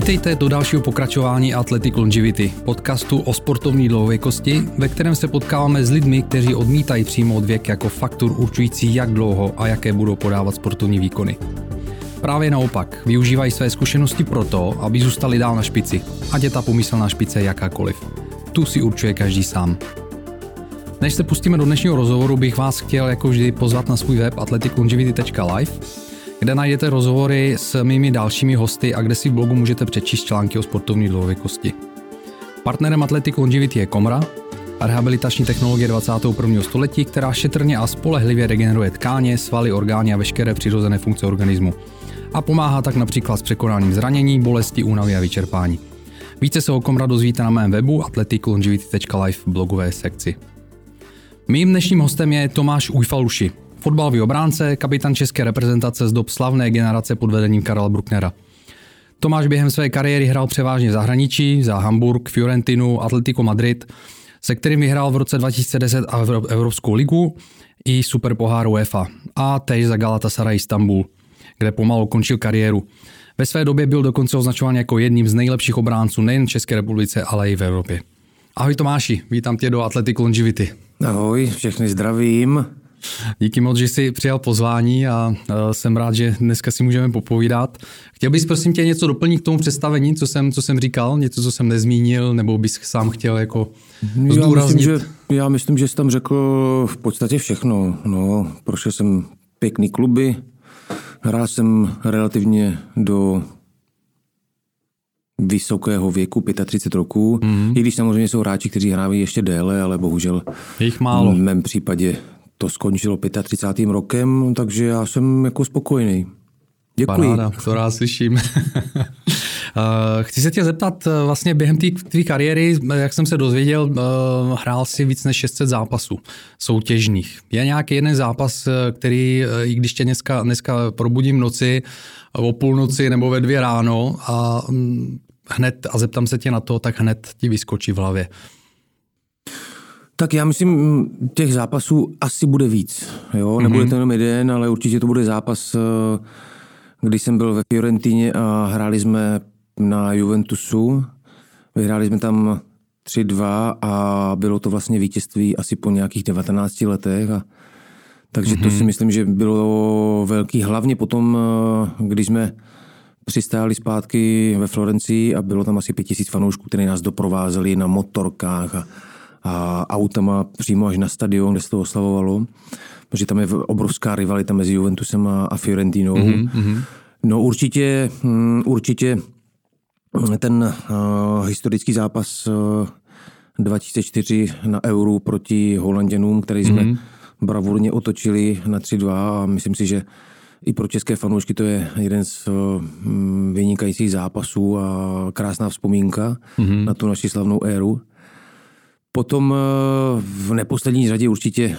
Vítejte do dalšího pokračování Athletic Longevity, podcastu o sportovní dlouhověkosti, ve kterém se potkáváme s lidmi, kteří odmítají přijmout věk jako faktor určující, jak dlouho a jaké budou podávat sportovní výkony. Právě naopak, využívají své zkušenosti proto, aby zůstali dál na špici, ať je ta pomyslná špice jakákoliv. Tu si určuje každý sám. Než se pustíme do dnešního rozhovoru, bych vás chtěl jako vždy pozvat na svůj web athleticlongevity.live, kde najdete rozhovory s mými dalšími hosty a kde si v blogu můžete přečíst články o sportovní dlouhověkosti. Partnerem Athletic Longevity je Komra, rehabilitační technologie 21. století, která šetrně a spolehlivě regeneruje tkáně, svaly, orgány a veškeré přirozené funkce organismu. A pomáhá tak například s překonáním zranění, bolesti, únavy a vyčerpání. Více se o Komra dozvíte na mém webu athleticlongevity.live v blogové sekci. Mým dnešním hostem je Tomáš Ujfaluši, fotbalový obránce, kapitán české reprezentace z dob slavné generace pod vedením Karla Brucknera. Tomáš během své kariéry hrál převážně v zahraničí, za Hamburg, Fiorentinu, Atletico Madrid, se kterým vyhrál v roce 2010 Evropskou ligu i superpohár UEFA a též za Galatasaray Istanbul, kde pomalu končil kariéru. Ve své době byl dokonce označován jako jedním z nejlepších obránců nejen v České republice, ale i v Evropě. Ahoj Tomáši, vítám tě do Athletic Longevity. Ahoj, všechny zdravím. Díky moc, že jsi přijal pozvání a jsem rád, že dneska si můžeme popovídat. Chtěl bys prosím tě něco doplnit k tomu představení, co jsem říkal, něco, co jsem nezmínil, nebo bys sám chtěl jako zdůraznit? Já myslím, že jsi tam řekl v podstatě všechno. No, prošel jsem pěkný kluby, hrál jsem relativně do vysokého věku, 35 roků, i když samozřejmě jsou hráči, kteří hrávají ještě déle, ale bohužel jich málo. V mém případě to skončilo 35. rokem, takže já jsem jako spokojený. Děkuji. Paráda, to rád slyším. Chci se tě zeptat, vlastně během tvý kariéry, jak jsem se dozvěděl, hrál si víc než 600 zápasů soutěžných. Je nějaký jeden zápas, který, i když tě dneska probudím v noci, o půlnoci nebo ve 2 ráno a zeptám se tě na to, tak hned ti vyskočí v hlavě? Tak já myslím, těch zápasů asi bude víc. Jo? Nebude to jenom jeden, ale určitě to bude zápas, když jsem byl ve Fiorentině a hráli jsme na Juventusu. Vyhráli jsme tam 3-2 a bylo to vlastně vítězství asi po nějakých 19 letech. Takže to si myslím, že bylo velký. Hlavně potom, když jsme přistáli zpátky ve Florencii a bylo tam asi 5000 fanoušků, kteří nás doprovázeli na motorkách a autama přímo až na stadion, kde se to oslavovalo. Protože tam je obrovská rivalita mezi Juventusem a Fiorentinou. No určitě ten historický zápas 2004 na Euru proti Holanděnům, který jsme bravurně otočili na 3-2 a myslím si, že i pro české fanoušky to je jeden z vynikajících zápasů a krásná vzpomínka na tu naši slavnou éru. Potom v neposlední řadě určitě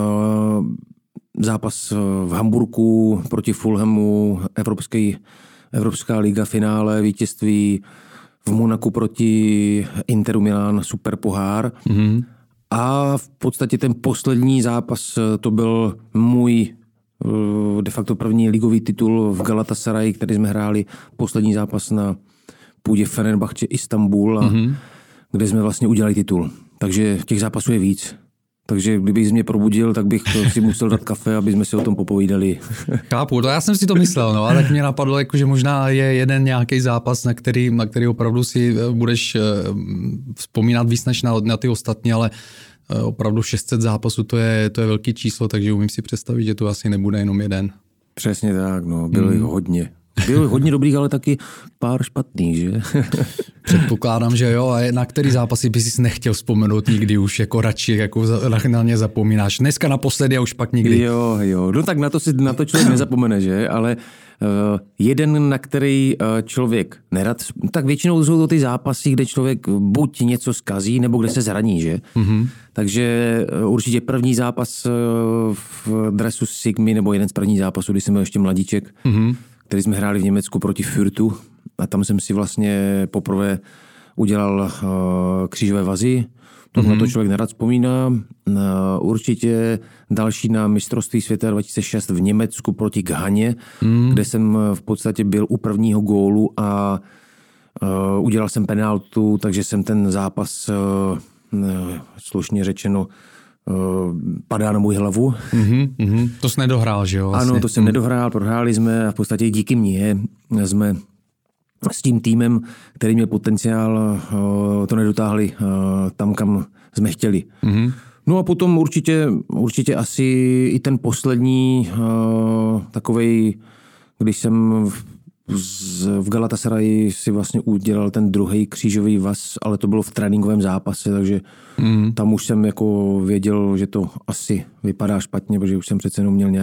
zápas v Hamburku proti Fulhamu, Evropská liga finále, vítězství v Monaku proti Interu Milán, superpohár. A v podstatě ten poslední zápas, to byl můj de facto první ligový titul v Galatasaray, který jsme hráli poslední zápas na půdě Fenerbahce Istanbul, kde jsme vlastně udělali titul. Takže těch zápasů je víc. Takže kdybych mě probudil, tak bych si musel dát kafe, aby jsme si o tom popovídali. Chápu, to já jsem si to myslel, no, ale tak mě napadlo, jako, že možná je jeden nějaký zápas, na který opravdu si budeš vzpomínat víc než na ty ostatní, ale opravdu 600 zápasů, to je velký číslo, takže umím si představit, že to asi nebude jenom jeden. Přesně tak, no, bylo jich hodně. Bylo hodně dobrých, ale taky pár špatných, že? Předpokládám, že jo. A na který zápasy by si nechtěl vzpomenout nikdy už, jako radši, jako na ně zapomínáš. Dneska naposledy a už pak nikdy. Jo. No tak na to člověk nezapomene, že? Ale jeden, na který člověk nerad, tak většinou jsou to ty zápasy, kde člověk buď něco zkazí, nebo kde se zraní, že? Takže určitě první zápas v dresu Sigmy, nebo jeden z prvních zápasů, když jsem byl ještě mladíček, který jsme hráli v Německu proti Fürthu a tam jsem si vlastně poprvé udělal křížové vazy. Na to člověk nerad vzpomíná. Určitě další na mistrovství světa 2006 v Německu proti Ghaně, kde jsem v podstatě byl u prvního gólu a Udělal jsem penaltu, takže jsem ten zápas, slušně řečeno, padá na můj hlavu. To jsi nedohrál, že jo? Vlastně. Ano, to jsem nedohrál, prohráli jsme a v podstatě díky mně jsme s tím týmem, který měl potenciál, to nedotáhli tam, kam jsme chtěli. No a potom určitě asi i ten poslední takovej, když jsem v Galatasarayi si vlastně udělal ten druhý křížový vaz, ale to bylo v tréninkovém zápase, takže tam už jsem jako věděl, že to asi vypadá špatně, protože už jsem přece jenom měl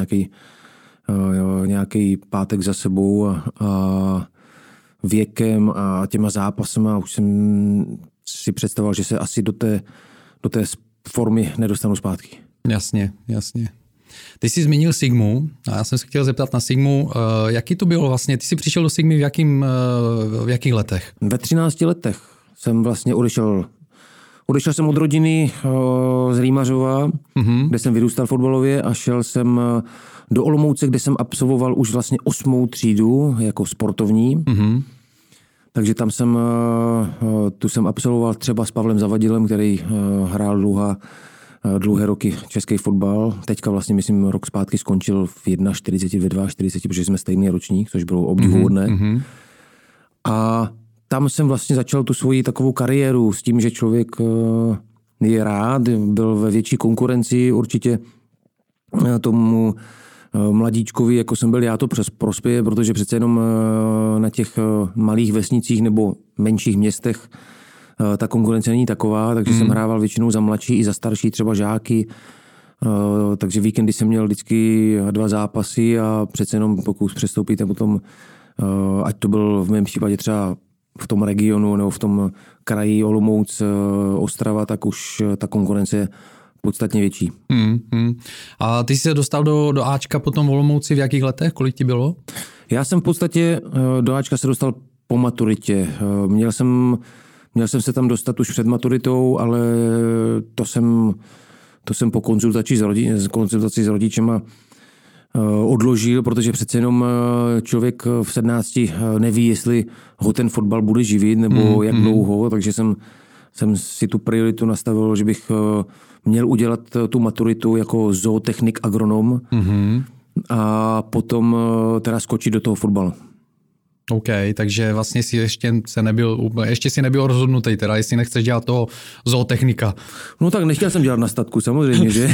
nějaký pátek za sebou a věkem a těma zápasama už jsem si představoval, že se asi do té formy nedostanu zpátky. Jasně. Ty jsi zmínil Sigmu a já jsem se chtěl zeptat na Sigmu, jaký to bylo vlastně, ty jsi přišel do Sigmy v jakých letech? Ve 13 letech jsem vlastně odešel jsem od rodiny z Rýmařova, kde jsem vyrůstal fotbalově a šel jsem do Olomouce, kde jsem absolvoval už vlastně 8. třídu jako sportovní. Takže tam jsem absolvoval třeba s Pavlem Zavadilem, který hrál dlouhé roky český fotbal. Teďka vlastně, myslím, rok zpátky skončil v 41, ve 42, protože jsme stejný ročník, což bylo obdivuhodné. A tam jsem vlastně začal tu svoji takovou kariéru s tím, že člověk je rád, byl ve větší konkurenci určitě tomu mladíčkovi, jako jsem byl já, to prospěje, protože přece jenom na těch malých vesnicích nebo menších městech ta konkurence není taková, takže jsem hrával většinou za mladší i za starší třeba žáky, takže víkendy jsem měl vždycky 2 zápasy a přece jenom pokud přestoupíte potom, ať to byl v mém případě třeba v tom regionu nebo v tom kraji Olomouc, Ostrava, tak už ta konkurence je podstatně větší. A ty jsi se dostal do Ačka potom v Olomouci v jakých letech? Kolik ti bylo? Já jsem v podstatě do Ačka se dostal po maturitě. Měl jsem se tam dostat už před maturitou, ale to jsem po konzultaci s rodičema odložil, protože přece jenom člověk v 17 neví, jestli ho ten fotbal bude živit nebo jak dlouho, takže jsem si tu prioritu nastavil, že bych měl udělat tu maturitu jako zootechnik agronom a potom teda skočit do toho fotbalu. OK, takže vlastně si ještě si nebyl rozhodnutý, teda jestli nechceš dělat toho zootechnika. No tak nechtěl jsem dělat na statku, samozřejmě, že?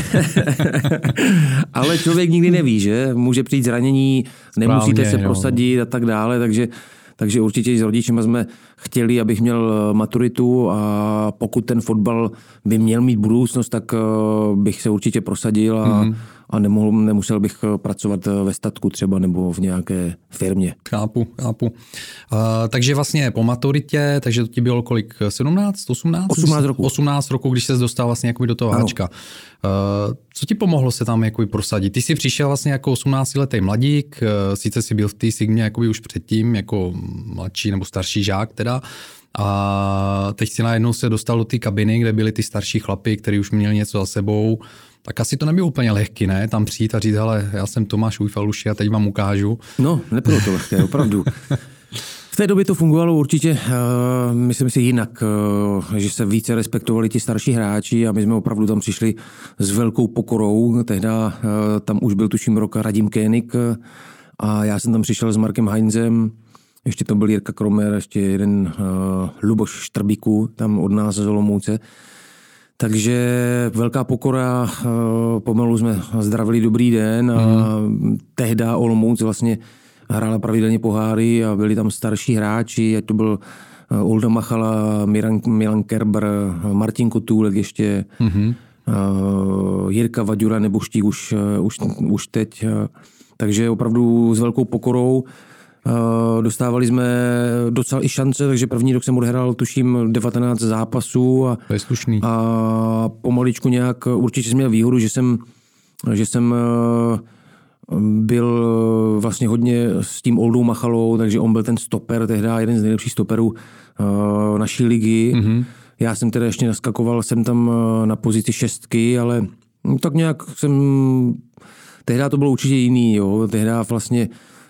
Ale člověk nikdy neví, že? Může přijít zranění, nemusíte se prosadit a tak dále, takže určitě s rodičema jsme chtěli, abych měl maturitu a pokud ten fotbal by měl mít budoucnost, tak bych se určitě prosadil a nemusel bych pracovat ve statku třeba nebo v nějaké firmě. Chápu. Takže vlastně po maturitě, takže to ti bylo kolik? 17? 18? 18 roku. 18 roku, když ses dostal vlastně do toho Ačka. Co ti pomohlo se tam prosadit? Ty jsi přišel vlastně jako 18letý mladík, sice jsi byl v té Sigmě už předtím, jako mladší nebo starší žák teda, a teď si najednou se dostal do té kabiny, kde byli ty starší chlapi, kteří už měli něco za sebou. Tak asi to nebylo úplně lehký, ne? Tam přijít a říct, hele, já jsem Tomáš Ujfaluši a teď vám ukážu. No, nebylo to lehké, opravdu. V té době to fungovalo určitě, myslím si jinak, že se více respektovali ti starší hráči a my jsme opravdu tam přišli s velkou pokorou. Tehda tam už byl tuším rok Radim Kénik a já jsem tam přišel s Markem Heinzem, ještě to byl Jirka Kromer, ještě jeden Luboš Štrbíku, tam od nás z Olomouce. Takže velká pokora, pomalu jsme zdravili dobrý den a tehda Olomouc vlastně hrála pravidelně poháry a byli tam starší hráči, ať to byl Olda Machala, Milan Kerber, Martin Kotůlek ještě, Jirka Vaďura nebo Štík už teď. Takže opravdu s velkou pokorou. Dostávali jsme docela i šance, takže první rok jsem odehrál tuším 19 zápasů a, to je slušný. A pomaličku nějak určitě jsem měl výhodu, že jsem byl vlastně hodně s tím Oldou Machalou, takže on byl ten stoper, tehdy jeden z nejlepších stoperů naší ligy. Já jsem teda ještě naskakoval, jsem tam na pozici 6, ale tak nějak tehdy to bylo určitě jiný, jo. Tehdy vlastně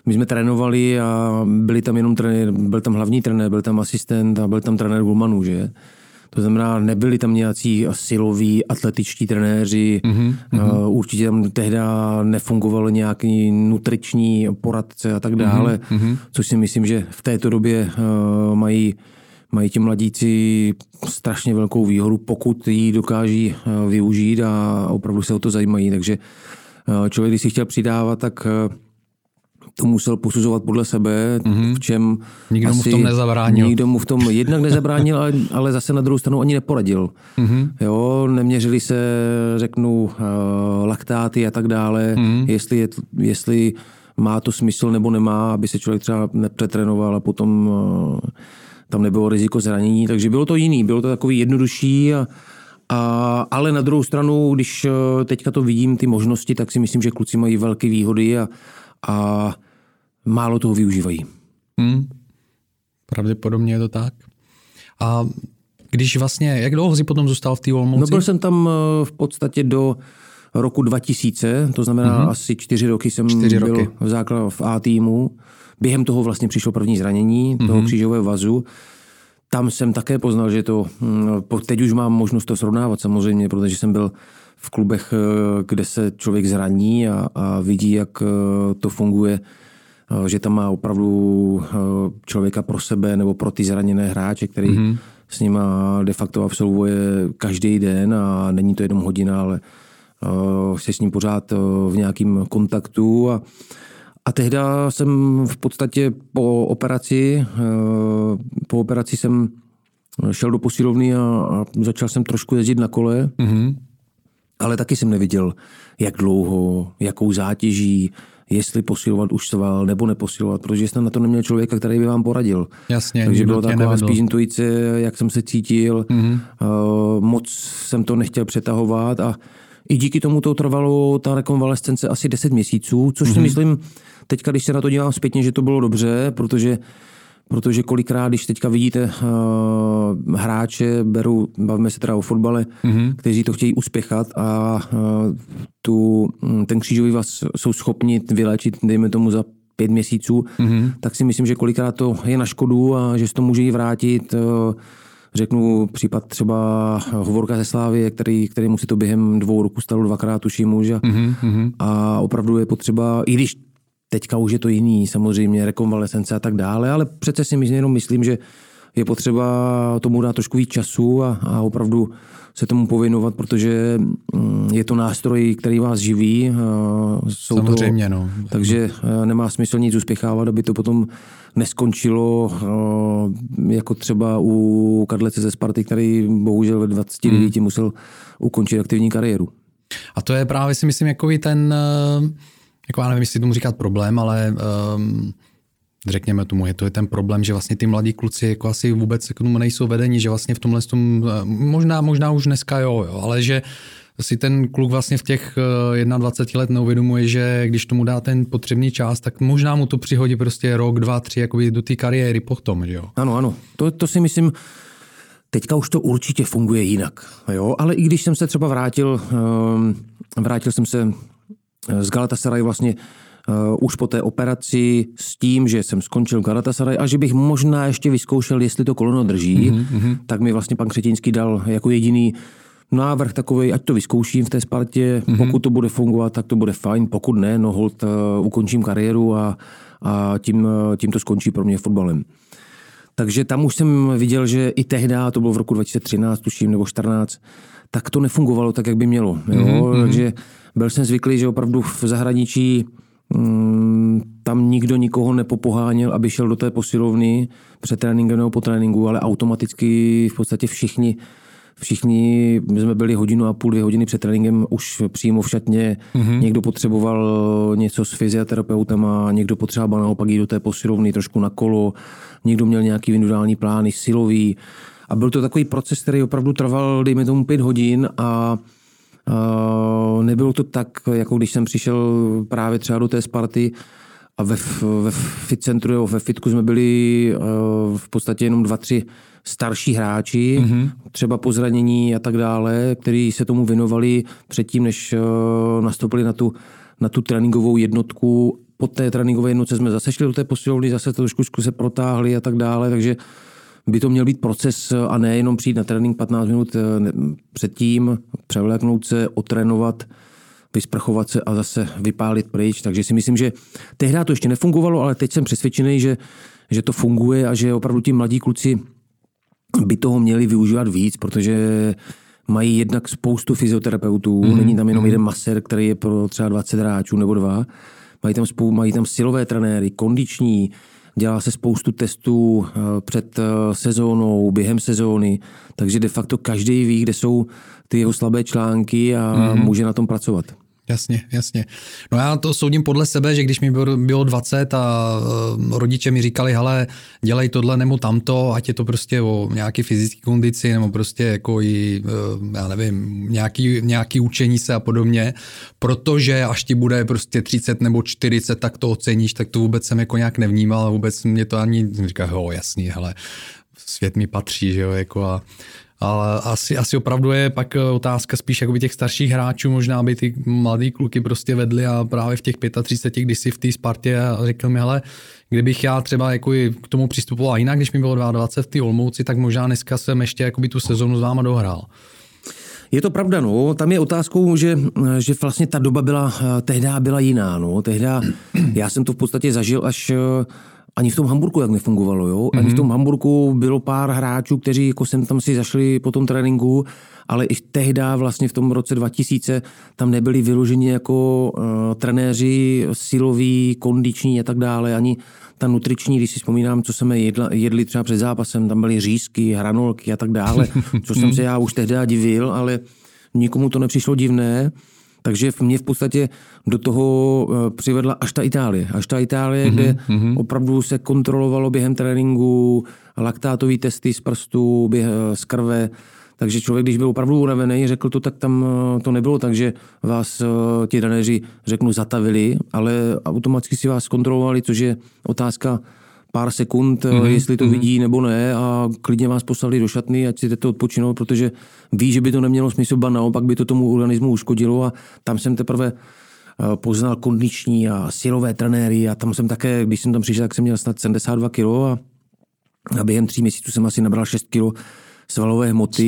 my jsme trénovali a byli tam jenom trenér, byl tam hlavní trenér, byl tam asistent a byl tam trenér golmanů, že? To znamená, nebyli tam nějací siloví, atletičtí trenéři, určitě tam tehdy nefungoval nějaký nutriční poradce a tak dále, což si myslím, že v této době mají ti mladíci strašně velkou výhodu, pokud ji dokáží využít a opravdu se o to zajímají. Takže člověk, když si chtěl přidávat, tak to musel posuzovat podle sebe, v čem nikdo mu v tom nezabránil. Nikdo mu v tom jednak nezabránil, ale zase na druhou stranu ani neporadil. Jo, neměřili se, řeknu, laktáty a tak dále, jestli má to smysl nebo nemá, aby se člověk třeba nepřetrénoval a potom tam nebylo riziko zranění, takže bylo to jiný, bylo to takový jednodušší, ale na druhou stranu, když teďka to vidím, ty možnosti, tak si myslím, že kluci mají velké výhody a málo toho využívají. Pravděpodobně je to tak. A když vlastně, jak dlouho jsi potom zůstal v té Olomouci? No byl jsem tam v podstatě do roku 2000, to znamená asi 4 roky jsem byl v A týmu. Během toho vlastně přišlo první zranění toho křížového vazu. Tam jsem také poznal, že to, teď už mám možnost to srovnávat samozřejmě, protože jsem byl v klubech, kde se člověk zraní a vidí, jak to funguje, že tam má opravdu člověka pro sebe nebo pro ty zraněné hráče, který s nima de facto absolvuje každý den a není to jenom hodina, ale se s ním pořád v nějakém kontaktu a tehdy jsem v podstatě po operaci jsem šel do posilovny a začal jsem trošku jezdit na kole, ale taky jsem neviděl, jak dlouho, jakou zátěží, jestli posilovat už sval nebo neposilovat, protože jsem na to neměl člověka, který by vám poradil. Jasně. Takže bylo taková spíš intuice, jak jsem se cítil, moc jsem to nechtěl přetahovat a i díky tomu to trvalo ta rekonvalescence asi 10 měsíců, což si myslím, teďka, když se na to dívám zpětně, že to bylo dobře, protože kolikrát, když teďka vidíte hráče, bavíme se teda o fotbale, kteří to chtějí uspěchat a ten křížový vaz jsou schopni vyléčit, dejme tomu za 5 měsíců, tak si myslím, že kolikrát to je na škodu a že se to může i vrátit. Řeknu případ třeba Hovorka ze Slávie, který mu si to během 2 roků stalo 2krát, tuším už. A opravdu je potřeba, i když teďka už je to jiný, samozřejmě rekonvalescence a tak dále, ale přece si myslím, že je potřeba tomu dát trošku víc času a opravdu se tomu pověnovat, protože je to nástroj, který vás živí. Samozřejmě, no. Takže nemá smysl nic uspěchávat, aby to potom neskončilo jako třeba u Kadlece ze Sparty, který bohužel ve 29 musel ukončit aktivní kariéru. A to je právě si myslím jakový ten, jako já nevím, jestli tomu říkat problém, ale řekněme tomu, to je ten problém, že vlastně ty mladí kluci jako asi vůbec k tomu nejsou vedení, že vlastně v tomhle možná už dneska jo, ale že si ten kluk vlastně v těch 21 let neuvědomuje, že když tomu dá ten potřebný čas, tak možná mu to přihodí prostě rok, 2, 3 jakoby do té kariéry potom, že jo? Ano. To si myslím, teďka už to určitě funguje jinak, jo, ale i když jsem se třeba vrátil jsem se z Galatasaray vlastně už po té operaci s tím, že jsem skončil Galatasaray a že bych možná ještě vyzkoušel, jestli to koleno drží, tak mi vlastně pan Křetínský dal jako jediný návrh takovej, ať to vyzkouším v té Spartě, pokud to bude fungovat, tak to bude fajn, pokud ne, no hold ukončím kariéru a tím to skončí pro mě fotbalem. Takže tam už jsem viděl, že i tehdy, to bylo v roku 2013, tuším, nebo 14, tak to nefungovalo tak, jak by mělo. Jo? Takže byl jsem zvyklý, že opravdu v zahraničí tam nikdo nikoho nepopoháněl, aby šel do té posilovny před tréninkem nebo po tréninku, ale automaticky v podstatě všichni jsme byli 1,5 hodiny, 2 hodiny před tréninkem už přímo v šatně. Někdo potřeboval něco s fyzioterapeutem a někdo potřeboval naopak jít do té posilovny trošku na kolo. Někdo měl nějaký individuální plány, silový. A byl to takový proces, který opravdu trval, dejme tomu 5 hodin a nebylo to tak, jako když jsem přišel právě třeba do té Sparty a ve fit centru, ve fitku jsme byli v podstatě jenom 2-3 starší hráči, třeba po zranění a tak dále, kteří se tomu věnovali předtím, než nastoupili na tu tréninkovou jednotku po té tréninkové jednotce jsme zase šli do té posilovny, zase to trošku se protáhli a tak dále, takže by to měl být proces a ne jenom přijít na trénink 15 minut předtím, převléknout se, otrénovat, vysprchovat se a zase vypálit pryč. Takže si myslím, že tehdy to ještě nefungovalo, ale teď jsem přesvědčený, že to funguje a že opravdu ti mladí kluci by toho měli využívat víc, protože mají jednak spoustu fyzioterapeutů, není tam jenom jeden masér, který je pro třeba 20 hráčů nebo 2. Mají tam silové trenéry, kondiční, dělá se spoustu testů před sezónou, během sezóny, takže de facto každý ví, kde jsou ty jeho slabé články a může na tom pracovat. Jasně. No já to soudím podle sebe, že když mi bylo 20 a rodiče mi říkali, hele, dělej tohle nebo tamto, ať je to prostě o nějaký fyzické kondici nebo prostě jako i, já nevím, nějaký učení se a podobně, protože až ti bude prostě 30 nebo 40, tak to oceníš, tak to vůbec jsem jako nějak nevnímal a vůbec mě to ani říká, jo, jasný, hele, svět mi patří, že jo, jako ale asi opravdu je pak otázka spíš jakoby těch starších hráčů, možná by ty mladý kluky prostě vedli a právě v těch 35, když si v té Spartě a řekl mi, hele, kdybych já třeba jako k tomu přistupoval jinak, když mi bylo 22 v té Olomouci, tak možná dneska jsem ještě jakoby tu sezonu s váma dohrál. Je to pravda, no. Tam je otázkou, že vlastně ta doba tehdy byla jiná, no. Já jsem to v podstatě zažil až ani v tom Hamburku jak nefungovalo, jo. Ani v tom Hamburku bylo pár hráčů, kteří jako sem tam si zašli po tom tréninku, ale i tehdy vlastně v tom roce 2000 tam nebyli vyloženi jako trenéři siloví, kondiční a tak dále, ani ta nutriční, když si vzpomínám, co jsme jedli třeba před zápasem, tam byly řízky, hranolky a tak dále, co jsem se já už tehdy divil, ale nikomu to nepřišlo divné. Takže mě v podstatě do toho přivedla až ta Itálie, kde opravdu se kontrolovalo během tréninku, laktátové testy z prstů, z krve. Takže člověk, když byl opravdu unavený, řekl to, tak tam to nebylo tak, že vás ti trenéři, řeknu, zatavili, ale automaticky si vás kontrolovali, což je otázka pár sekund, jestli to vidí nebo ne, a klidně vás poslali do šatny, ať si jdete odpočinout, protože ví, že by to nemělo smysl, ba naopak by to tomu organismu uškodilo, a tam jsem teprve poznal kondiční a silové trenéry a tam jsem také, když jsem tam přišel, tak jsem měl snad 72 kg a během 3 měsíců jsem asi nabral 6 kg svalové hmoty.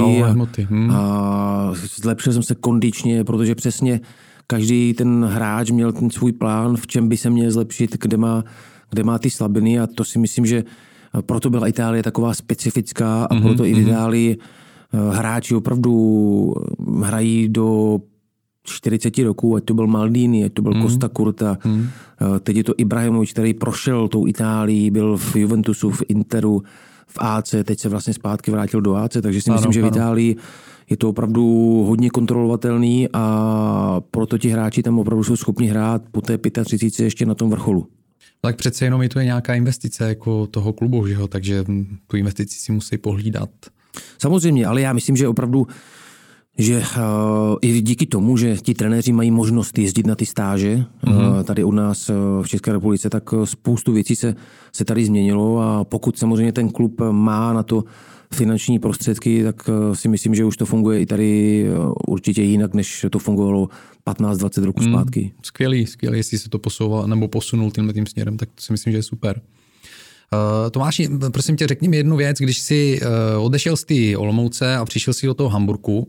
A zlepšil jsem se kondičně, protože přesně každý ten hráč měl ten svůj plán, v čem by se měl zlepšit, kde má ty slabiny, a to si myslím, že proto byla Itálie taková specifická a proto i v Itálii hráči opravdu hrají do 40 roků, ať to byl Maldini, ať to byl Costa Curta. Teď je to Ibrahimovič, který prošel tou Itálií, byl v Juventusu, v Interu, v AC, teď se vlastně zpátky vrátil do AC, takže si myslím, že v Itálii je to opravdu hodně kontrolovatelný a proto ti hráči tam opravdu jsou schopni hrát po té 35 ještě na tom vrcholu. Tak přece jenom je to nějaká investice jako toho klubu, že jo? Takže tu investici si musí pohlídat. Samozřejmě, ale já myslím, že opravdu, že i díky tomu, že ti trenéři mají možnost jezdit na ty stáže tady u nás v České republice, tak spoustu věcí se tady změnilo, a pokud samozřejmě ten klub má na to finanční prostředky, tak si myslím, že už to funguje i tady určitě jinak, než to fungovalo 15-20 roků zpátky. Skvělý, jestli se to posouval nebo posunul tím směrem, tak to si myslím, že je super. Tomáši, prosím tě, řekni mi jednu věc, když jsi odešel z té Olomouce a přišel si do toho Hamburku,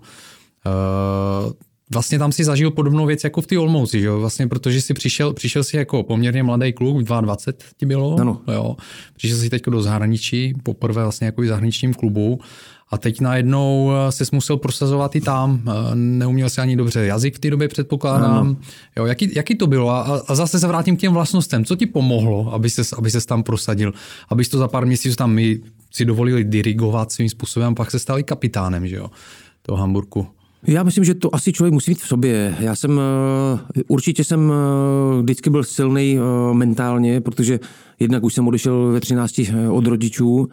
vlastně tam si zažil podobnou věc jako v té Olomouci, že jo? Vlastně, protože jsi přišel si jako poměrně mladý kluk, 22 ti bylo, ano. Jo. Přišel si teď do zahraničí, poprvé vlastně jako v zahraničním klubu, a teď najednou ses musel prosazovat i tam, neuměl si ani dobře jazyk v té době, předpokládám. Jo, jaký to bylo? A zase se vrátím k těm vlastnostem. Co ti pomohlo, aby ses tam prosadil? Abys to za pár měsíců tam si dovolili dirigovat svým způsobem, pak se stali kapitánem, že jo, toho Hamburku. Já myslím, že to asi člověk musí mít v sobě. Určitě jsem vždycky byl silný mentálně, protože jednak už jsem odešel ve 13 od rodičů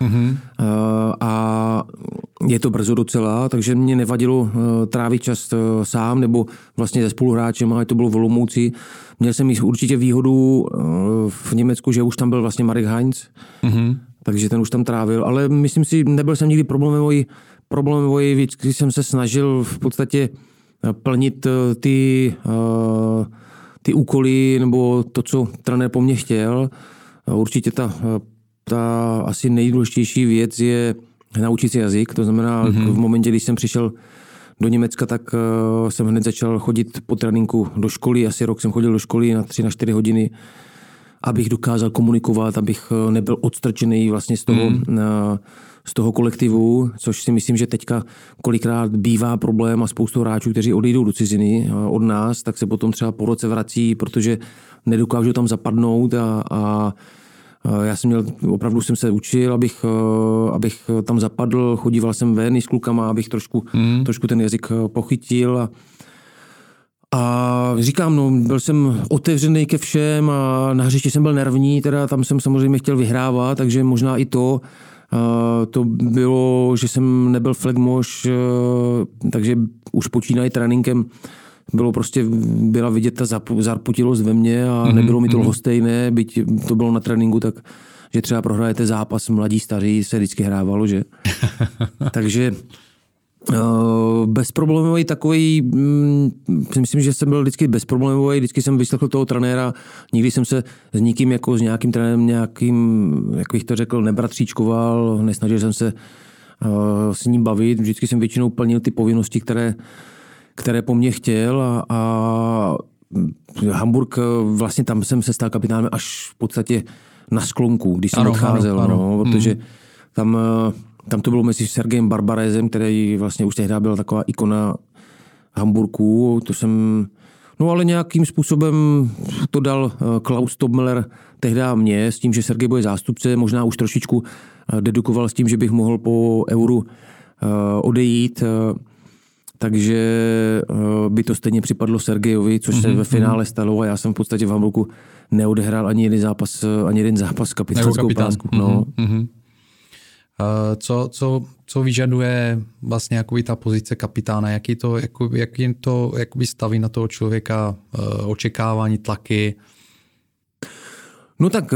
a je to brzo docela, takže mě nevadilo trávit čas sám nebo vlastně se spoluhráčem, ale to bylo v Olomouci. Měl jsem určitě výhodu v Německu, že už tam byl vlastně Marek Heinz, takže ten už tam trávil, ale myslím si, nebyl jsem nikdy problémový, vždycky jsem se snažil v podstatě plnit ty ty úkoly nebo to, co trenér po mně chtěl. Určitě ta asi nejdůležitější věc je naučit si jazyk. To znamená, v momentě, když jsem přišel do Německa, tak jsem hned začal chodit po tréninku do školy. Asi rok jsem chodil do školy na 3-4 hodiny, abych dokázal komunikovat, abych nebyl odstrčený vlastně z toho kolektivu, což si myslím, že teďka kolikrát bývá problém a spoustu hráčů, kteří odejdou do ciziny od nás, tak se potom třeba po roce vrací, protože nedokážou tam zapadnout a já opravdu jsem se učil, abych tam zapadl, chodíval jsem ven i s klukama, abych trošku ten jazyk pochytil a říkám, byl jsem otevřený ke všem a na hřišti jsem byl nervní, teda tam jsem samozřejmě chtěl vyhrávat, takže možná i to bylo, že jsem nebyl flegmoš, takže už počínají tréninkem byla vidět ta zarputilost ve mně a nebylo mi to lhostejné, byť to bylo na tréninku, tak že třeba prohrajete zápas mladí, staří, se vždycky hrávalo, že? Takže bezproblémový takový, myslím, že jsem byl vždycky bezproblémový, vždycky jsem vyslechl toho trenéra, nikdy jsem se s nikým jako s nějakým trenérem jak bych to řekl, nebratříčkoval, nesnažil jsem se s ním bavit, vždycky jsem většinou plnil ty povinnosti, které po mně chtěl a Hamburg, vlastně tam jsem se stal kapitánem až v podstatě na sklonku, když jsem odcházel, ano. Protože tam to bylo mezi Sergejem Barbarezem, který vlastně už tehdy byla taková ikona Hamburgu, ale nějakým způsobem to dal Klaus Tobmüller tehdy mě, s tím, že Sergej bude zástupce, možná už trošičku dedukoval s tím, že bych mohl po Euru odejít, takže by to stejně připadlo Sergejovi, což se ve finále stalo a já jsem v podstatě v Hamburgu neodehrál ani jeden zápas kapitánskou pásku. Co vyžaduje vlastně jakoby ta pozice kapitána? Jaký to staví na toho člověka očekávání, tlaky? No tak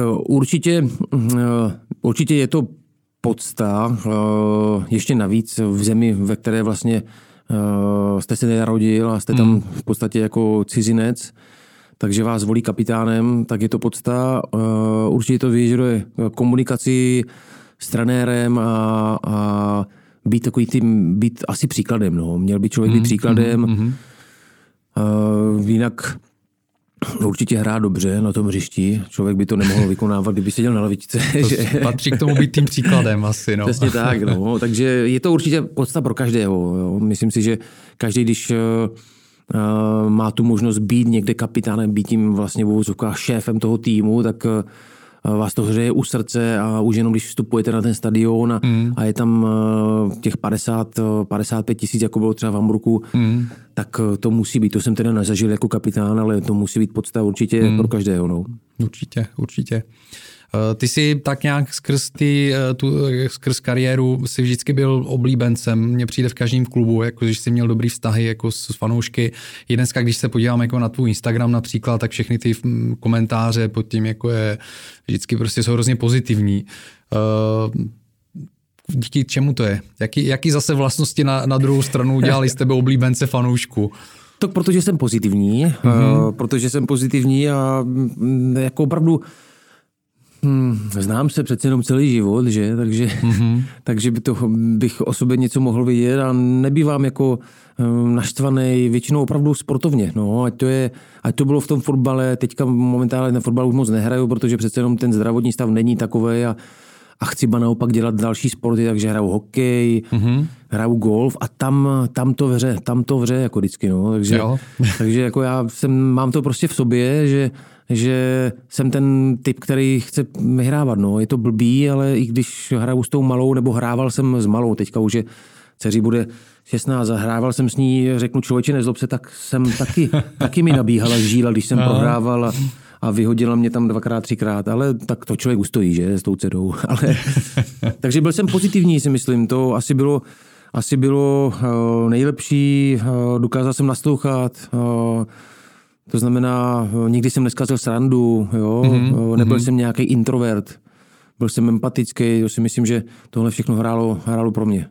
určitě je to podsta. Ještě navíc v zemi, ve které vlastně jste se nenarodil a jste tam v podstatě jako cizinec, takže vás volí kapitánem, tak je to podsta. Určitě to vyžaduje komunikaci s trenérem a být asi příkladem. No. Měl by člověk být příkladem. Jinak určitě hrát dobře na tom hřišti. Člověk by to nemohl vykonávat, kdyby seděl na lavičce. Patří k tomu být tím příkladem asi. No. Přesně tak. No. Takže je to určitě podsta pro každého. Jo. Myslím si, že každý, když má tu možnost být někde kapitánem, být tím vlastně šéfem toho týmu, tak vás to hřeje u srdce a už jenom když vstupujete na ten stadion a je tam těch 55 tisíc, jako bylo třeba v Hamburgu, tak to musí být. To jsem teda nezažil jako kapitán, ale to musí být podsta určitě pro každého. No. Určitě. Ty jsi tak nějak skrz kariéru si vždycky byl oblíbencem. Mně přijde v každém klubu, jako když jsi měl dobrý vztahy jako s fanoušky. I dneska, když se podívám jako na tvůj Instagram například, tak všechny ty komentáře pod tím jako je vždycky prostě jsou hrozně pozitivní. Díky čemu to je? Jaký zase vlastnosti na druhou stranu udělali z tebe oblíbence fanoušku? Tak protože jsem pozitivní, a jako opravdu znám se přece jenom celý život, že? Takže bych o sobě něco mohl vidět a nebývám jako naštvaný, většinou opravdu sportovně. No, ať to bylo v tom fotbale, teďka momentálně na fotbal už moc nehraju, protože přece jenom ten zdravotní stav není takovej a chci naopak dělat další sporty, takže hraju hokej, hraju golf a tam to vře jako vždycky. No. Takže jako mám to prostě v sobě, že jsem ten typ, který chce vyhrávat. No. Je to blbý, ale i když hraju s tou malou, nebo hrával jsem s malou, teďka už je dceři bude 16 a hrával jsem s ní, řeknu člověče nezlob se, tak jsem taky mi nabíhala žíla, když jsem prohrával a vyhodila mě tam 2x, 3x, ale tak to člověk ustojí, že, s tou dcerou. Takže byl jsem pozitivní, si myslím, to asi bylo nejlepší, dokázal jsem naslouchat, to znamená, nikdy jsem neskazil srandu, jo? Nebyl jsem nějaký introvert, byl jsem empatický, to si myslím, že tohle všechno hrálo pro mě.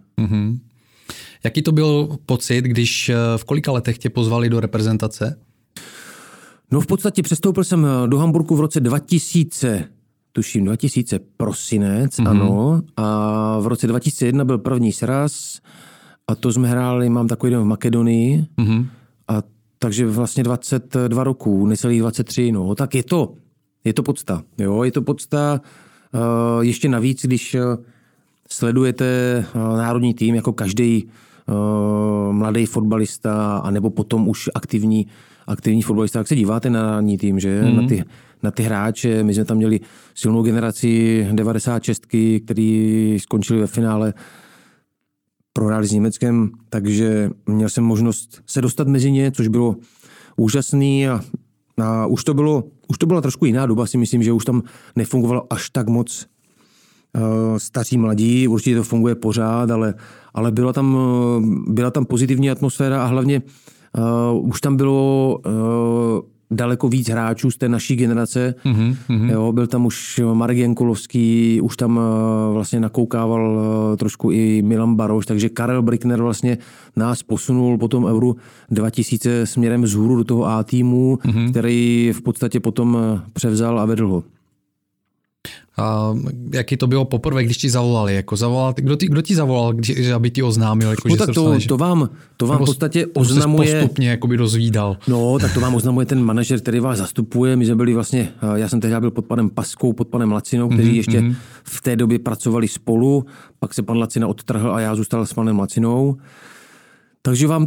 Jaký to byl pocit, když v kolika letech tě pozvali do reprezentace? No v podstatě přestoupil jsem do Hamburku v roce 2000 prosinec, ano, a v roce 2001 byl první sraz a to jsme hráli, mám takový den v Makedonii, a takže vlastně 22 roků, necelých 23, no, tak je to podsta, jo, je to podsta, ještě navíc, když sledujete národní tým jako každý mladý fotbalista, anebo potom už aktivní fotbalista, jak se díváte na národní tým, že? Na ty hráče, my jsme tam měli silnou generaci 96, který skončili ve finále, prohráli s Německem, takže měl jsem možnost se dostat mezi ně, což bylo úžasný a už to byla trošku jiná doba, si myslím, že už tam nefungovalo až tak moc staří mladí, určitě to funguje pořád, ale byla tam pozitivní atmosféra a hlavně už tam bylo daleko víc hráčů z té naší generace. Jo, byl tam už Marek Jankulovský, už tam vlastně nakoukával trošku i Milan Baroš, takže Karel Brickner vlastně nás posunul po tom Euro 2000 směrem vzhůru do toho A týmu, který v podstatě potom převzal a vedl ho. A jaký to bylo poprvé, když ti zavolali? Kdo ti zavolal, aby ti oznámil? Jako, no že tak to vám v podstatě oznamuje... postupně jakoby dozvídal. No, tak to vám oznamuje ten manažer, který vás zastupuje. My jsme byli vlastně, já jsem tehdy byl pod panem Paskou, pod panem Lacinou, kteří ještě v té době pracovali spolu. Pak se pan Lacina odtrhl a já zůstal s panem Lacinou. Takže vám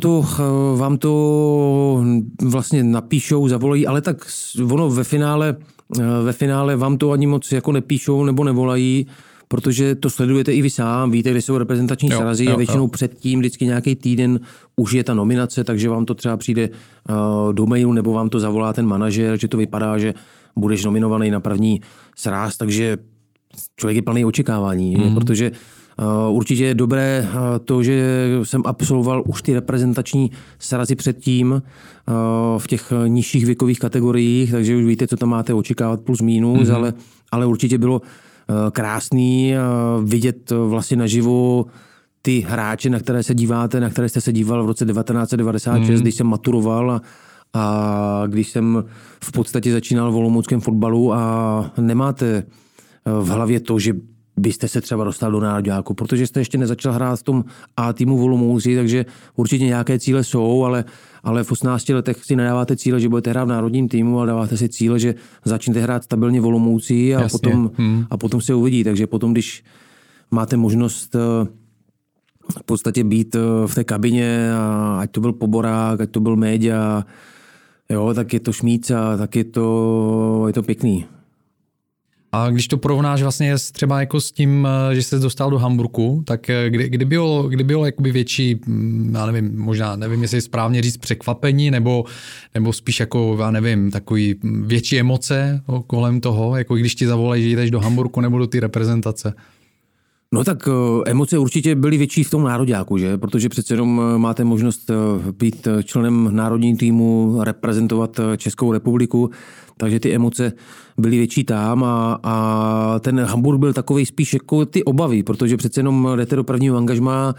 to vlastně napíšou, zavolají, ale tak ono ve finále vám to ani moc jako nepíšou nebo nevolají, protože to sledujete i vy sám, víte, kde jsou reprezentační srazy a většinou předtím vždycky nějaký týden už je ta nominace, takže vám to třeba přijde do mailu nebo vám to zavolá ten manažer, že to vypadá, že budeš nominovaný na první sraz, takže člověk je plný očekávání, protože určitě je dobré to, že jsem absolvoval už ty reprezentační srazy předtím v těch nižších věkových kategoriích, takže už víte, co tam máte očekávat plus minus, ale určitě bylo krásný vidět vlastně naživo ty hráče, na které se díváte, na které jste se díval v roce 1996, když jsem maturoval a když jsem v podstatě začínal v olomouckém fotbalu a nemáte v hlavě to, že byste se třeba dostal do národňáku, protože jste ještě nezačal hrát v tom A týmu v Olomouci, takže určitě nějaké cíle jsou, ale v 18 letech si nedáváte cíle, že budete hrát v národním týmu, ale dáváte si cíle, že začnete hrát stabilně v Olomouci a potom se uvidí. Takže potom, když máte možnost v podstatě být v té kabině, ať to byl Poborák, ať to byl Méďa, jo, tak je to Šmíca, tak je to pěkný. A když to porovnáš vlastně třeba jako s tím, že jsi dostal do Hamburku, tak kdy bylo jakoby větší, já nevím, možná nevím, jestli správně říct překvapení, nebo spíš jako, já nevím, takový větší emoce kolem toho, jako když ti zavolají, že jdeš do Hamburku nebo do té reprezentace? No tak emoce určitě byly větší v tom nároďáku, že? Protože přece jenom máte možnost být členem národního týmu, reprezentovat Českou republiku, takže ty emoce byly větší tam a ten Hamburg byl takovej spíš jako ty obavy, protože přece jenom jdete do prvního angažmá,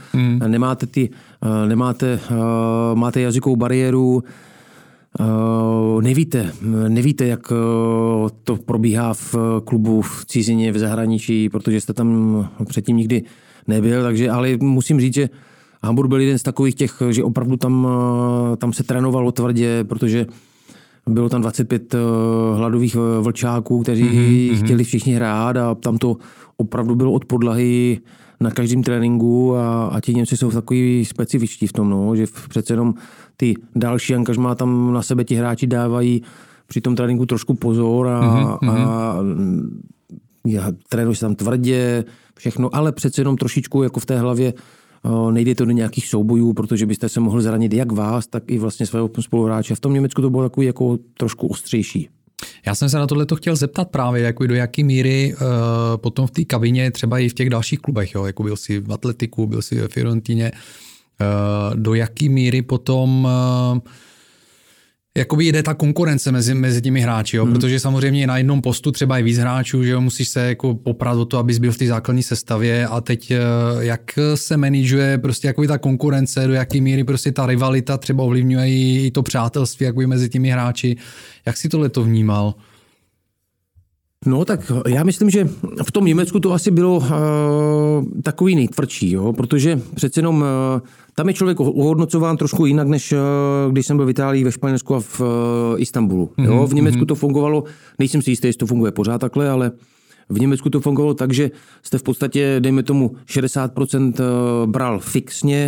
máte jazykovou bariéru, nevíte, jak to probíhá v klubu v cizině, v zahraničí, protože jste tam předtím nikdy nebyl, takže, ale musím říct, že Hamburg byl jeden z takových těch, že opravdu tam se trénovalo tvrdě, protože bylo tam 25 hladových vlčáků, kteří chtěli všichni hrát a tam to opravdu bylo od podlahy na každém tréninku a ti Němci jsou takový specifičtí v tom, no, že přece jenom ty další angažmá tam na sebe ti hráči dávají při tom tréninku trošku pozor a trénuje se tam tvrdě, všechno, ale přece jenom trošičku jako v té hlavě nejde to do nějakých soubojů, protože byste se mohl zranit jak vás, tak i vlastně svého spoluhráče. V tom Německu to bylo takový jako trošku ostřejší. Já jsem se na tohle chtěl zeptat právě, jako do jaký míry potom v té kabině, třeba i v těch dalších klubech, jo, jako byl jsi v Atletiku, byl jsi ve Fiorentině, do jaký míry potom jakoby jde ta konkurence mezi těmi hráči, jo? Protože samozřejmě na jednom postu třeba je víc hráčů, že jo? Musíš se jako poprat o to, abys byl v té základní sestavě a teď jak se manažuje prostě jakoby ta konkurence, do jaký míry prostě ta rivalita třeba ovlivňuje i to přátelství jakoby mezi těmi hráči. Jak si tohle to vnímal? No tak já myslím, že v tom Německu to asi bylo takový nejtvrdší, jo? Protože přece jenom tam je člověk ohodnocován trošku jinak, než když jsem byl v Itálii, ve Španělsku a v Istanbulu. Jo? V Německu to fungovalo, nejsem si jistý, jestli to funguje pořád takhle, ale v Německu to fungovalo tak, že jste v podstatě, dejme tomu, 60% bral fixně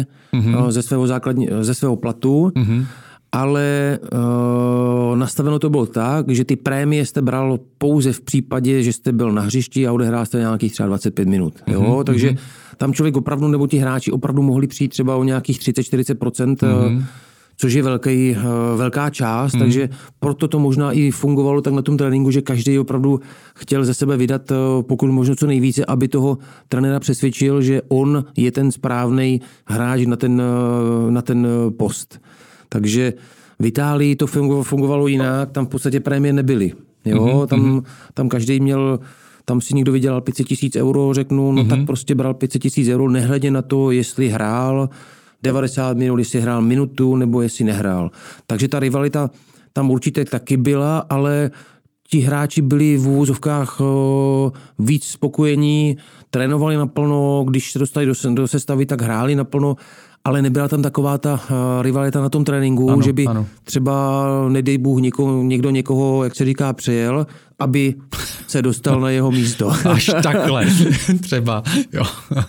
ze svého platu, ale nastaveno to bylo tak, že ty prémie jste bral pouze v případě, že jste byl na hřišti a odehrál jste nějakých třeba 25 minut. Jo? Takže tam člověk opravdu, nebo ti hráči opravdu mohli přijít třeba o nějakých 30-40%, což je velká část, takže proto to možná i fungovalo tak na tom tréninku, že každý opravdu chtěl ze sebe vydat pokud možno co nejvíce, aby toho trenéra přesvědčil, že on je ten správný hráč na ten post. Takže v Itálii to fungovalo jinak, tam v podstatě prémie nebyly. Jo? Tam každý měl, tam si někdo vydělal 500 000 euro, řeknu, no tak prostě bral 500 000 euro, nehledě na to, jestli hrál 90 minut, jestli hrál minutu, nebo jestli nehrál. Takže ta rivalita tam určitě taky byla, ale ti hráči byli v úvozovkách víc spokojení, trénovali naplno, když se dostali do sestavy, tak hráli naplno, ale nebyla tam taková ta rivalita na tom tréninku, že by třeba, nedej Bůh, někdo někoho, jak se říká, přejel, aby se dostal na jeho místo. Až takhle, třeba, jo.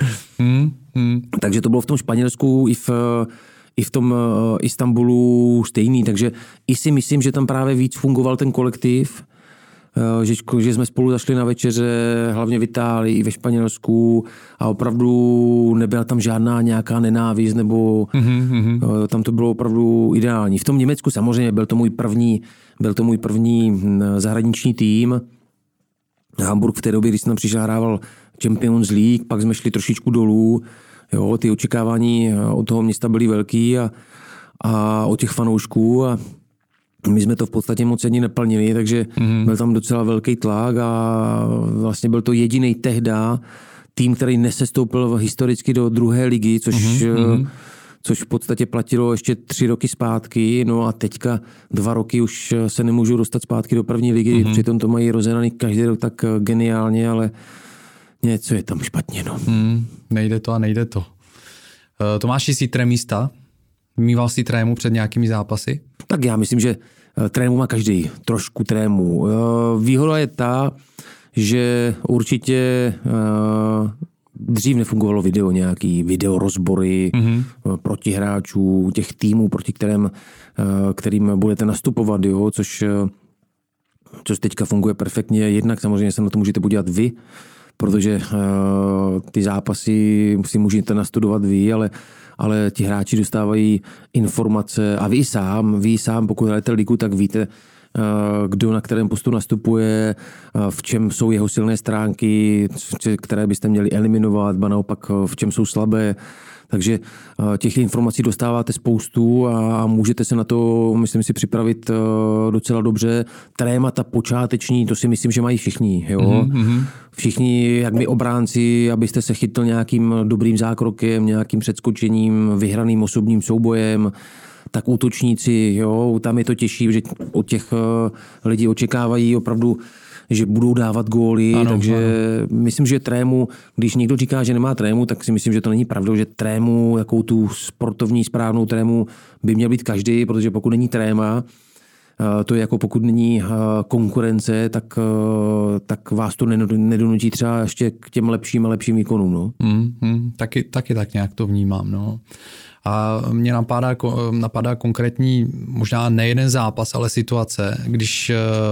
Takže to bylo v tom Španělsku i v tom Istanbulu stejný, takže i si myslím, že tam právě víc fungoval ten kolektiv, že jsme spolu zašli na večeře, hlavně v Itálii i ve Španělsku a opravdu nebyla tam žádná nějaká nenávist, nebo tam to bylo opravdu ideální. V tom Německu samozřejmě byl to můj první zahraniční tým. Hamburg v té době, když jsem tam přišel, hrával Champions League, pak jsme šli trošičku dolů. Jo, ty očekávání od toho města byly velký a od těch fanoušků a my jsme to v podstatě moc ani neplnili, takže byl tam docela velký tlak a vlastně byl to jediný tehda tým, který nesestoupil historicky do druhé ligy, což v podstatě platilo ještě 3 roky zpátky, no a teďka 2 roky už se nemůžou dostat zpátky do první ligy, přitom to mají rozenaný každý rok tak geniálně, ale něco je tam špatně, no. Nejde to a nejde to. Tomáši, jsi trémista? Mýval jsi trému před nějakými zápasy? Tak já myslím, že trému má každý trošku trému. Výhoda je ta, že určitě dřív nefungovalo nějaký video rozbory proti hráčů, těch týmů, proti kterým budete nastupovat, jo, což teďka funguje perfektně. Jednak samozřejmě se na to můžete podívat vy, protože ty zápasy si můžete nastudovat vy, ale ti hráči dostávají informace a vy sám, pokud hrajete ligu, tak víte, kdo na kterém postu nastupuje, v čem jsou jeho silné stránky, které byste měli eliminovat, ba naopak v čem jsou slabé. Takže těch informací dostáváte spoustu a můžete se na to, myslím si, připravit docela dobře. Trémata počáteční, to si myslím, že mají všichni. Jo? Všichni, jak my obránci, abyste se chytl nějakým dobrým zákrokem, nějakým předskočením, vyhraným osobním soubojem, tak útočníci, jo, tam je to těžší, že od těch lidí očekávají opravdu, že budou dávat góly, takže myslím, že trému, když někdo říká, že nemá trému, tak si myslím, že to není pravda, že trému, jakou tu sportovní správnou trému by měl být každý, protože pokud není tréma, to je jako pokud není konkurence, tak vás to nedonutí třeba ještě k těm lepším a lepším výkonům. No. Taky tak nějak to vnímám. No. A mě napadá konkrétní, možná nejeden zápas, ale situace, když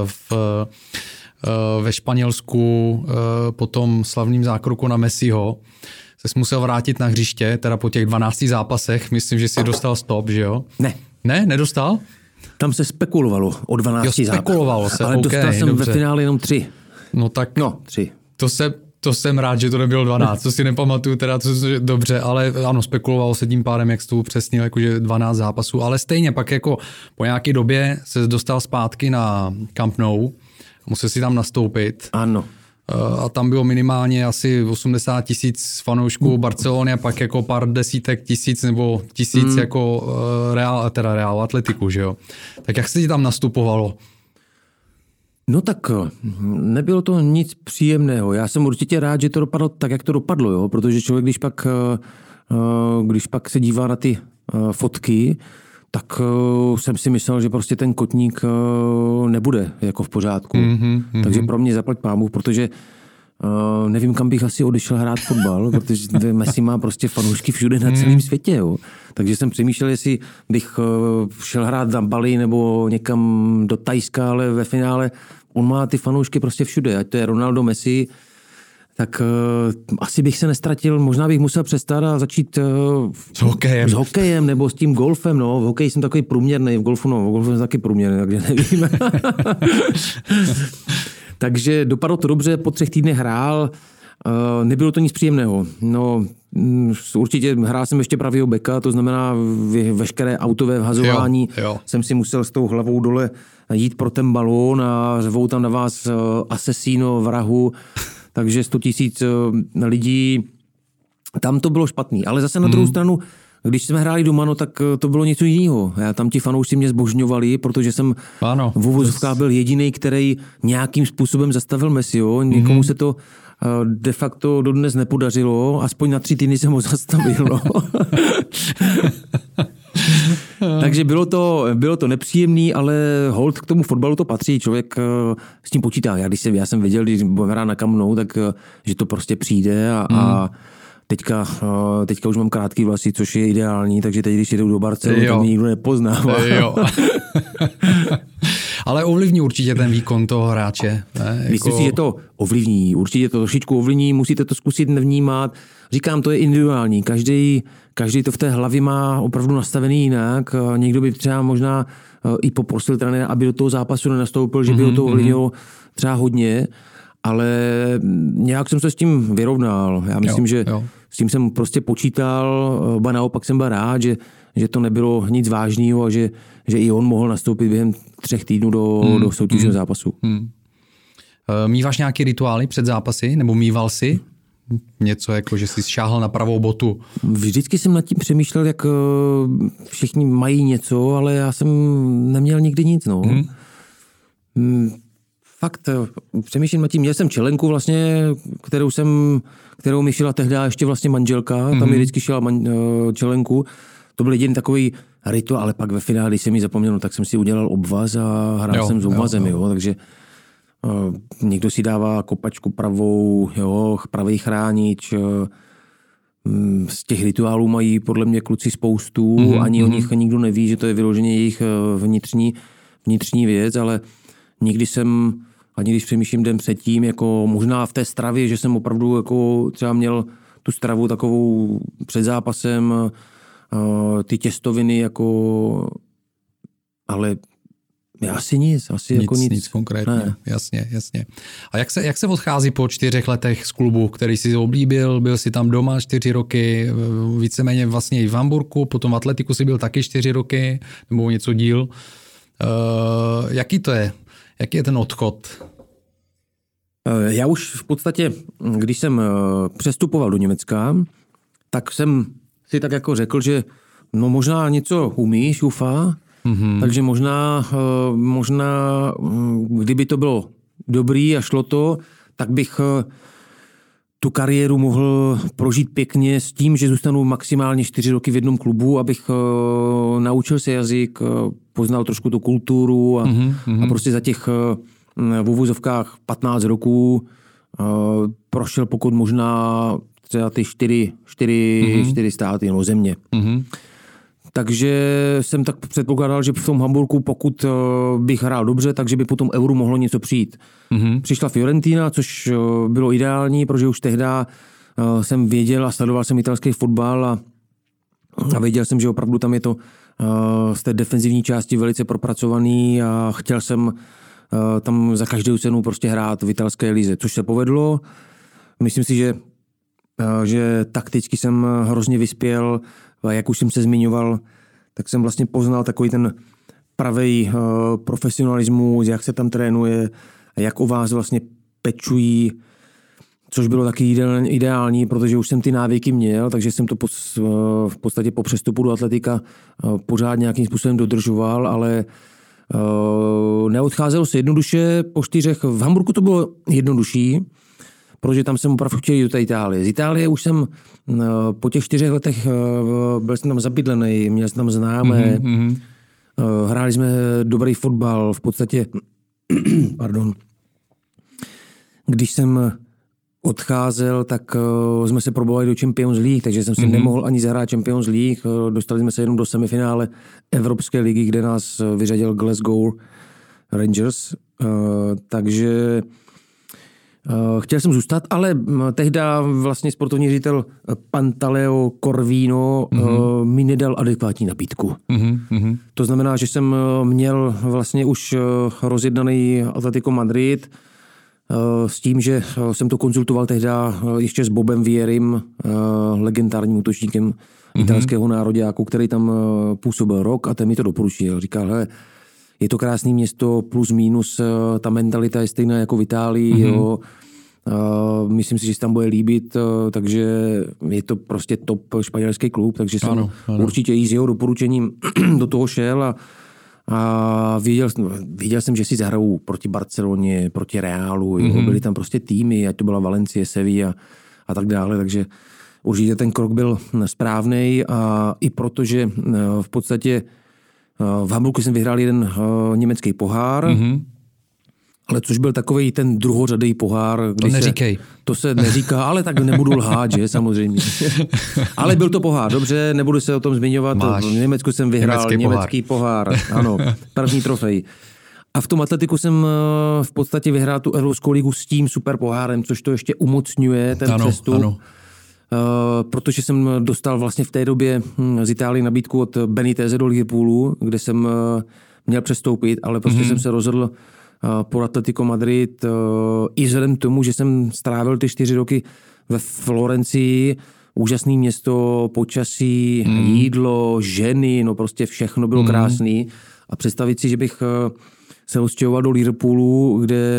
ve Španělsku po tom slavným zákroku na Messiho se musel vrátit na hřiště, teda po těch 12 zápasech, myslím, že si dostal stop, že jo? Ne, nedostal? Tam se spekulovalo o 12 zápasech. Spekulovalo se, ale dostal jsem ve finále jenom 3. No tak... 3. To To jsem rád, že to nebylo 12, to si nepamatuju teda, to dobře, ale ano, spekulovalo se tím pádem, jak jsi to upřesnil, jakože 12 zápasů, ale stejně pak jako po nějaké době se dostal zpátky na Camp Nou, musel si tam nastoupit. Ano. A tam bylo minimálně asi 80 000 fanoušků Barcelony a pak jako pár desítek tisíc nebo 1000 jako Real Atletiku, že jo. Tak jak se ti tam nastupovalo? No tak nebylo to nic příjemného. Já jsem určitě rád, že to dopadlo tak, jak to dopadlo, jo? Protože člověk, když pak se dívá na ty fotky, tak jsem si myslel, že prostě ten kotník nebude jako v pořádku. Takže pro mě zaplať pánbůh, protože nevím, kam bych asi odešel hrát fotbal, protože Messi má prostě fanoušky všude na celém světě. Jo. Takže jsem přemýšlel, jestli bych šel hrát na Bali nebo někam do Thajska, ale ve finále on má ty fanoušky prostě všude. Ať to je Ronaldo, Messi, tak asi bych se nestratil, možná bych musel přestat a začít s hokejem nebo s tím golfem. No. V hokeji jsem takový průměrný, v golfu jsem taky průměrný, takže nevím. Takže dopadlo to dobře, po 3 týdnech hrál, nebylo to nic příjemného. No, určitě hrál jsem ještě pravýho beka, to znamená veškeré autové vhazování. Jo. Jsem si musel s tou hlavou dole jít pro ten balón a řvou tam na vás asesino, vrahu. Takže 100 000 lidí, tam to bylo špatný. Ale zase na druhou stranu, když jsme hráli doma, no, tak to bylo něco jiného. Tam ti fanoušci mě zbožňovali, protože jsem v uvozovkách byl jediný, který nějakým způsobem zastavil Messiho. Nikomu se to de facto dodnes nepodařilo, aspoň na 3 týdny jsem ho zastavil. No. Takže bylo to nepříjemný, ale hold k tomu fotbalu to patří, člověk s tím počítá. Já jsem věděl, když budeme hrát na Camp Nou, tak že to prostě přijde a teďka už mám krátký vlasy, což je ideální, takže teď, když jedu do Barcelony, to mě nikdo nepoznává. Ale ovlivní určitě ten výkon toho hráče. Ne? Myslím si, že to ovlivní. Určitě to trošičku ovlivní, musíte to zkusit nevnímat. Říkám, to je individuální. Každý to v té hlavě má opravdu nastavený jinak. Někdo by třeba možná i poprosil trenéra, aby do toho zápasu nenastoupil, že by ho to ovlivnilo třeba hodně, ale nějak jsem se s tím vyrovnal. Já myslím, že s tím jsem prostě počítal, ba naopak jsem byl rád, že to nebylo nic vážného a že i on mohl nastoupit během 3 týdnů do soutěžního zápasu. Míváš nějaké rituály před zápasy? Nebo míval si něco, jako že jsi šáhl na pravou botu? Vždycky jsem nad tím přemýšlel, jak všichni mají něco, ale já jsem neměl nikdy nic. No. Fakt, přemýšlím nad tím. Měl jsem čelenku vlastně, kterou mi šila tehdy ještě vlastně manželka, tam mi vždycky šila čelenku. To byl jediný takový rituál, ale pak ve finále, když jsem ji zapomněl, tak jsem si udělal obvaz a hrál jsem s obvazem, jo. Takže někdo si dává kopačku pravou, pravý chránič. Z těch rituálů mají podle mě kluci spoustu, ani o nich nikdo neví, že to je vyloženě jejich vnitřní věc, ale nikdy jsem, ani když přemýšlím den předtím, jako možná v té stravě, že jsem opravdu jako třeba měl tu stravu takovou před zápasem, ty těstoviny, jako, ale asi nic. Nic konkrétně, ne. Jasně. A jak se odchází po 4 letech z klubu, který jsi oblíbil, byl jsi tam doma 4 roky, víceméně vlastně i v Hamburku, potom v Atletiku jsi byl taky 4 roky, nebo něco díl. Jaký to je? Jaký je ten odchod? Já už v podstatě, když jsem přestupoval do Německa, tak jsem si tak jako řekl, že no možná něco umíš, Ufa, takže možná, kdyby to bylo dobrý a šlo to, tak bych tu kariéru mohl prožít pěkně s tím, že zůstanu maximálně 4 roky v jednom klubu, abych naučil se jazyk, poznal trošku tu kulturu a prostě za těch v uvozovkách 15 roků prošel pokud možná třeba ty 4 státy nebo země. Takže jsem tak předpokládal, že v tom Hamburku, pokud bych hrál dobře, takže by po tom Euru mohlo něco přijít. Přišla Fiorentina, což bylo ideální, protože už tehdy jsem věděl a sledoval jsem italský fotbal a věděl jsem, že opravdu tam je to z té defenzivní části velice propracovaný a chtěl jsem tam za každou cenu prostě hrát v italské lize, což se povedlo. myslím si, že takticky jsem hrozně vyspěl, a jak už jsem se zmiňoval, tak jsem vlastně poznal takový ten pravej profesionalismus, jak se tam trénuje, jak o vás vlastně pečují, což bylo taky ideální, protože už jsem ty návyky měl, takže jsem to v podstatě po přestupu do atletika pořád nějakým způsobem dodržoval, ale neodcházelo se jednoduše po 4. V Hamburgu to bylo jednodušší, protože tam jsem opravdu chtěl jít do té Itálie. Z Itálie už jsem po těch 4 letech byl jsem tam zabydlený, měl jsem tam známé, hráli jsme dobrý fotbal, v podstatě, pardon, když jsem odcházel, tak jsme se probovali do Champions League, takže jsem si nemohl ani zahrát Champions League. Dostali jsme se jenom do semifinále Evropské ligy, kde nás vyřadil Glasgow Rangers. Takže chtěl jsem zůstat, ale tehdy vlastně sportovní ředitel Pantaleo Corvino mi nedal adekvátní nabídku. To znamená, že jsem měl vlastně už rozjednaný Atletico Madrid s tím, že jsem to konzultoval tehdy ještě s Bobem Vierim, legendárním útočníkem italského nároďáku, který tam působil rok a ten mi to doporučil. Říkal, hele, je to krásné město, plus minus, ta mentalita je stejná jako v Itálii, jo. Myslím si, že se tam bude líbit, takže je to prostě top španělský klub, takže jsem určitě i s jeho doporučením do toho šel a věděl jsem, že si zahrajou proti Barceloně, proti Realu, jo. Byly tam prostě týmy, ať to byla Valencie, Sevilla a tak dále, takže určitě ten krok byl správnej a i protože v podstatě v Hamburgu jsem vyhrál jeden německý pohár, ale což byl takovej ten druhořadý pohár. To neříkej. To se neříká, ale tak nebudu lhát, že samozřejmě. Ale byl to pohár, dobře, nebudu se o tom zmiňovat. V Německu jsem vyhrál německý pohár. Ano, první trofej. A v tom atletiku jsem v podstatě vyhrál tu Evropskou ligu s tím super pohárem, což to ještě umocňuje ten přestup. Ano. Protože jsem dostal vlastně v té době z Itálie nabídku od Beniteze do Liverpoolu, kde jsem měl přestoupit, ale prostě jsem se rozhodl pro Atletico Madrid i vzhledem k tomu, že jsem strávil ty 4 roky ve Florencii, úžasné město, počasí, jídlo, ženy, no prostě všechno bylo krásný. A představit si, že bych se odstěhoval do Liverpoolu, kde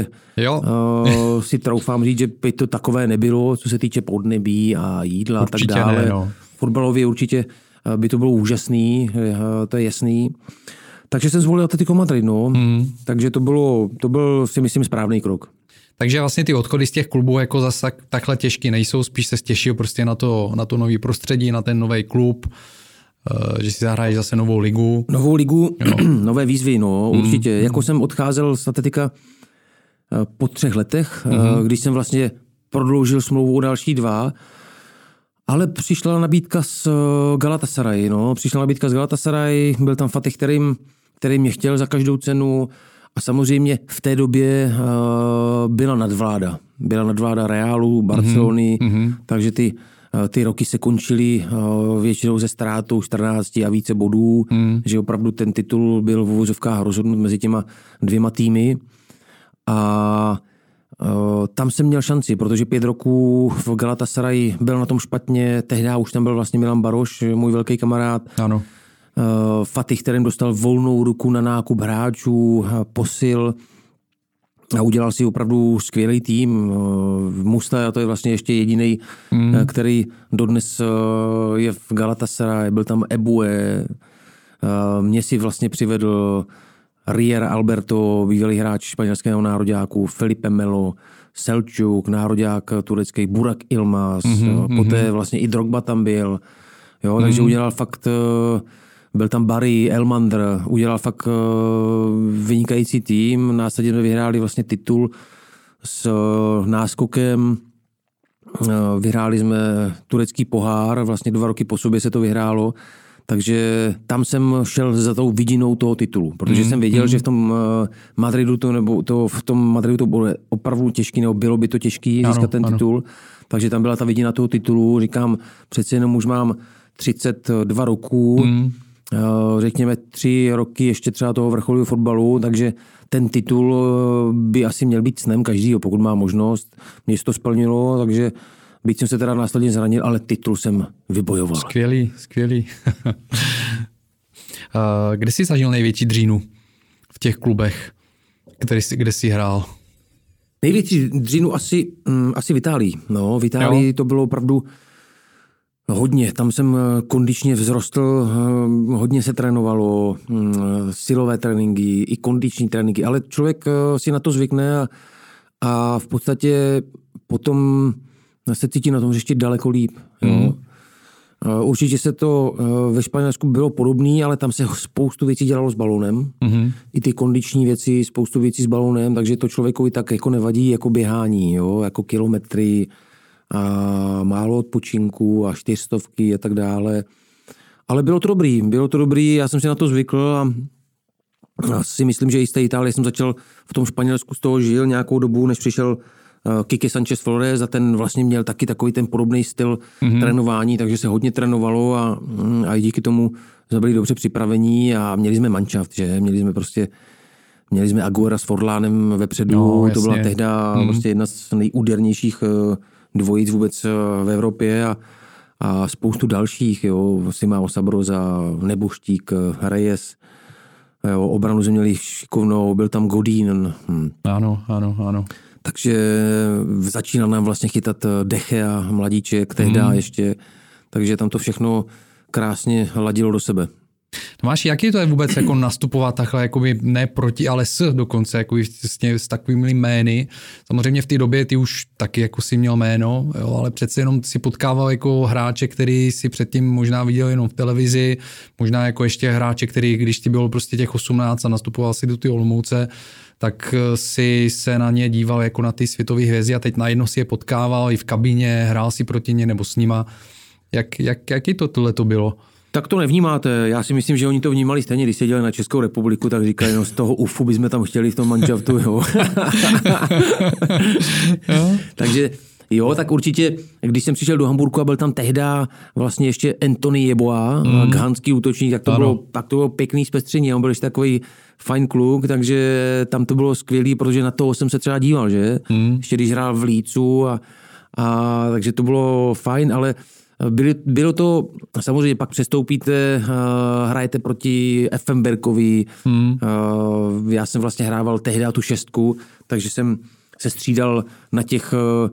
si troufám říct, že by to takové nebylo, co se týče podnebí a jídla určitě a tak dále. Ne, no. Fotbalově určitě by to bylo úžasný, to je jasný. Takže jsem zvolil Atletico Madrid, no. Takže to byl si myslím správný krok. Takže vlastně ty odchody z těch klubů jako zase takhle těžký nejsou, spíš se těšil prostě na to nový prostředí, na ten nový klub, že si zahraješ zase novou ligu. Novou ligu, nové výzvy, no, určitě. Jako jsem odcházel z Atletika po 3 letech, když jsem vlastně prodloužil smlouvu o další 2, ale přišla nabídka z Galatasaray, no. Přišla nabídka z Galatasaray, byl tam Fatih, který mě chtěl za každou cenu a samozřejmě v té době byla nadvláda. Byla nadvláda Realu, Barcelony, takže ty roky se končily většinou ze ztrátou 14 a více bodů, že opravdu ten titul byl v uvozovkách rozhodnut mezi těma 2 týmy a tam jsem měl šanci, protože 5 roků v Galatasaray byl na tom špatně, tehdy už tam byl vlastně Milan Baroš, můj velký kamarád. Ano. Fatih, kterým dostal volnou ruku na nákup hráčů, posil a udělal si opravdu skvělý tým. Mustaja, to je vlastně ještě jediný, který dodnes je v Galatasaray, byl tam Ebue, mě si vlastně přivedl Riera Alberto, bývalý hráč španělského nároďáku, Felipe Melo, Selčuk, nároďák turecký, Burak Ilmaz, poté vlastně i Drogba tam byl. Jo, takže udělal fakt, byl tam Barry, Elmander, udělal fakt vynikající tým, následně vyhráli vlastně titul s náskokem, vyhráli jsme turecký pohár, vlastně 2 roky po sobě se to vyhrálo. Takže tam jsem šel za tou vidinou toho titulu, protože jsem věděl, že v tom Madridu to bylo opravdu těžký, nebo bylo by to těžký získat ten titul. Takže tam byla ta vidina toho titulu, říkám, přece jenom už mám 32 roků, řekněme 3 roky ještě třeba toho vrcholového fotbalu, takže ten titul by asi měl být snem každýho, pokud má možnost. Mně se to splnilo, takže byť jsem se teda následně zranil, ale titul jsem vybojoval. Skvělý. Kde jsi zažil největší dřínu v těch klubech, kde jsi hrál? Největší dřínu asi v Itálii. No, v Itálii to bylo opravdu hodně. Tam jsem kondičně vzrostl, hodně se trénovalo, silové tréninky, i kondiční tréninky, ale člověk si na to zvykne a v podstatě potom se cítí na tom ještě daleko líp. Jo. Určitě se to ve Španělsku bylo podobné, ale tam se spoustu věcí dělalo s balónem. I ty kondiční věci, spoustu věcí s balónem, takže to člověkovi tak jako nevadí jako běhání, jo, jako kilometry a málo odpočinku a 400 a tak dále. Ale bylo to dobrý, já jsem si na to zvykl a si myslím, že i z té Itálie jsem začal v tom Španělsku z toho žil nějakou dobu, než přišel Quique Sánchez Flores a ten vlastně měl taky takový ten podobný styl trénování, takže se hodně trénovalo a i díky tomu jsme byli dobře připravení a měli jsme manšaft, že? Měli jsme Aguera s Forlánem vepředu, no, to byla tehda prostě jedna z nejúdernějších dvojic vůbec v Evropě a spoustu dalších, jo, Simao Sabroza, Neboštík, Reyes, jo, obranu jsme měli šikovnou, byl tam Godín. Ano. Takže začínal nám vlastně chytat Deche a mladíček, tehda ještě, takže tam to všechno krásně ladilo do sebe. Tomáši, jaký to je vůbec jako nastupovat takhle, jakoby ne proti, ale dokonce jako s takovými jmény. Samozřejmě v té době ty už taky jako si měl jméno, jo, ale přece jenom si potkával jako hráče, který si předtím možná viděl jenom v televizi, možná jako ještě hráče, který, když ti bylo prostě těch 18 a nastupoval si do ty Olomouce, tak si se na ně díval jako na ty světové hvězdy a teď najednou si je potkával i v kabině, hrál si proti ně nebo s nima. Jaký to tohleto bylo? Tak to nevnímáte. Já si myslím, že oni to vnímali stejně, když se dělali na Českou republiku, tak říkali, no z toho UFU bychom tam chtěli v tom manšaftu, jo. Takže jo, tak určitě, když jsem přišel do Hamburku a byl tam tehda vlastně ještě Anthony Jeboa, ghanský útočník, tak to bylo pěkný zpestření. On byl ještě takový fajn kluk, takže tam to bylo skvělý, protože na toho jsem se třeba díval, že? Ještě když hrál v Lícu a takže to bylo fajn, ale bylo to, samozřejmě pak přestoupíte, hrajete proti Effenbergovi, já jsem vlastně hrával tehdy tu 6, takže jsem se střídal na těch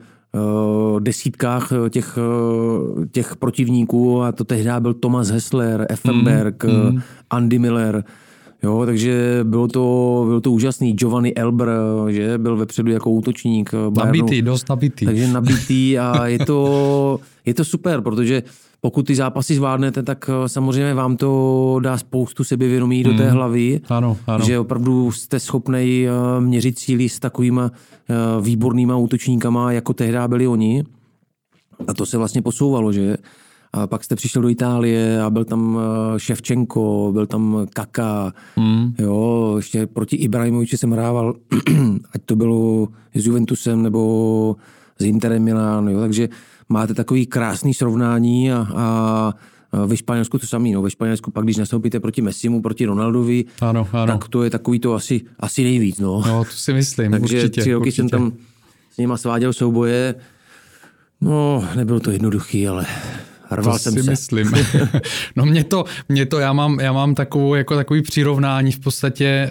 desítkách těch protivníků a to tehdy byl Thomas Hessler, Effenberg, Andy Miller, jo, takže bylo to úžasný. Giovanni Elber, že byl vepředu jako útočník Bayernu. Dost nabitý. Takže nabitý a je to super, protože pokud ty zápasy zvládnete, tak samozřejmě vám to dá spoustu sebevědomí do té hlavy. Ano. Že opravdu jste schopnej měřit síly s takovýma výbornýma útočníkama, jako tehdy byli oni. A to se vlastně posouvalo, že? A pak jste přišel do Itálie a byl tam Ševčenko, byl tam Kaka, jo, ještě proti Ibrahimoviči jsem hrával, ať to bylo s Juventusem nebo s Interem Milán, jo, takže máte takový krásný srovnání a ve Španělsku to samý, no, ve Španělsku pak, když nastoupíte proti Messimu, proti Ronaldovi, ano. tak to je takový to asi nejvíc, no. No, to si myslím, takže určitě. 3 roky jsem tam s nima sváděl souboje, no, nebylo to jednoduchý, ale hrval jsem se. To si myslím. No mě to, já mám takový přirovnání v podstatě,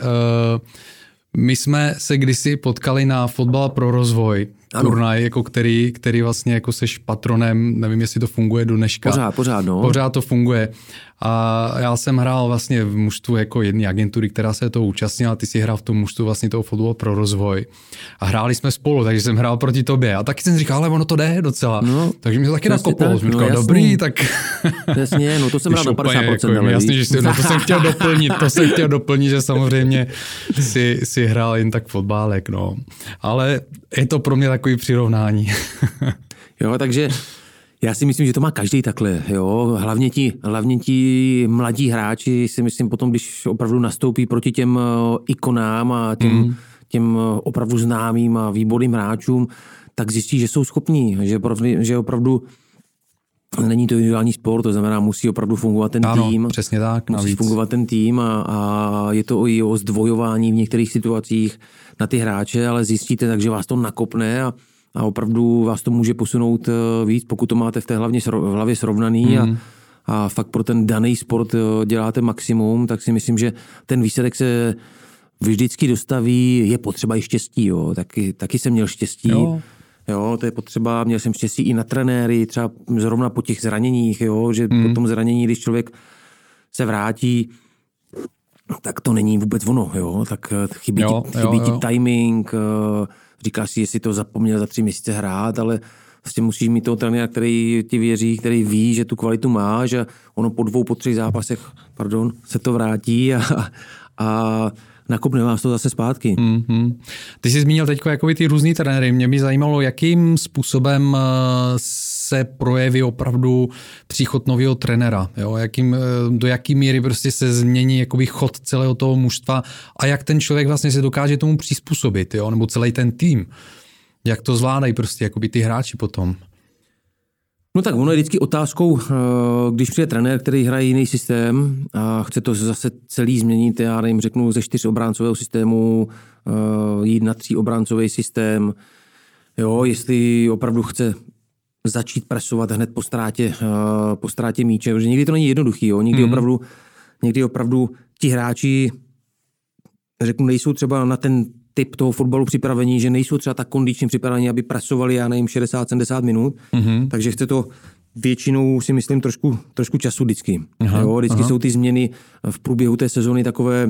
my jsme se kdysi potkali na Fotbal pro rozvoj, turnaj, jako který vlastně jako seš patronem, nevím, jestli to funguje do dneška. Pořád, no. Pořád to funguje. A já jsem hrál vlastně v mužstvu jako jedné agentury, která se toho účastnila, ty si hrál v tom mužstvu vlastně toho Fotbal pro rozvoj. A hráli jsme spolu, takže jsem hrál proti tobě. A taky jsem říkal, ale ono to jde docela. No, takže mi to taky nakoplo. Jsem říkal, dobrý, tak... Jasně, no to jsem hrál na 50%. Jako, jasně, že to jsem chtěl doplnit, že samozřejmě si hrál jen tak fotbálek, no. Ale je to pro mě takový přirovnání. Jo, takže já si myslím, že to má každý takhle, jo. Hlavně ti mladí hráči si myslím potom, když opravdu nastoupí proti těm ikonám a těm opravdu známým a výborným hráčům, tak zjistí, že jsou schopní, že opravdu není to individuální sport, to znamená, musí opravdu fungovat ten tým. Přesně tak. Musí fungovat ten tým a je to i o zdvojování v některých situacích na ty hráče, ale zjistíte tak, že vás to nakopne a opravdu vás to může posunout víc, pokud to máte v té hlavě srovnaný a fakt pro ten daný sport děláte maximum, tak si myslím, že ten výsledek se vždycky dostaví, je potřeba i štěstí, jo. Taky jsem měl štěstí. Jo, to je potřeba, měl jsem štěstí i na trenéry, třeba zrovna po těch zraněních, jo, že po tom zranění, když člověk se vrátí, tak to není vůbec ono, jo, tak chybí ti timing, říkáš si, jestli to zapomněl za 3 měsíce hrát, ale vlastně musíš mít toho trenéra, který ti věří, který ví, že tu kvalitu máš a ono po 2, po 3 zápasech, se to vrátí a nakopne vás to zase zpátky. Ty jsi zmínil teď jakoby ty různý trenéry. Mě by zajímalo, jakým způsobem se projeví opravdu příchod nového trenéra. Jo? Do jaký míry prostě se změní jakoby chod celého toho mužstva a jak ten člověk vlastně se dokáže tomu přizpůsobit, jo? Nebo celý ten tým. Jak to zvládají prostě jakoby ty hráči potom. No tak ono je vždycky otázkou, když přijde trenér, který hraje jiný systém a chce to zase celý změnit, já nevím, řeknu ze 4obráncového systému jít na 3obráncový systém, jo, jestli opravdu chce začít presovat hned po ztrátě míče, protože někdy to není jednoduchý, jo, někdy opravdu ti hráči, řeknu, nejsou třeba na ten typ toho fotbalu připravení, že nejsou třeba tak kondičně připravení, aby pracovali, já nevím, 60-70 minut, takže chce to většinou, si myslím, trošku času vždycky. Vždycky jsou ty změny v průběhu té sezony takové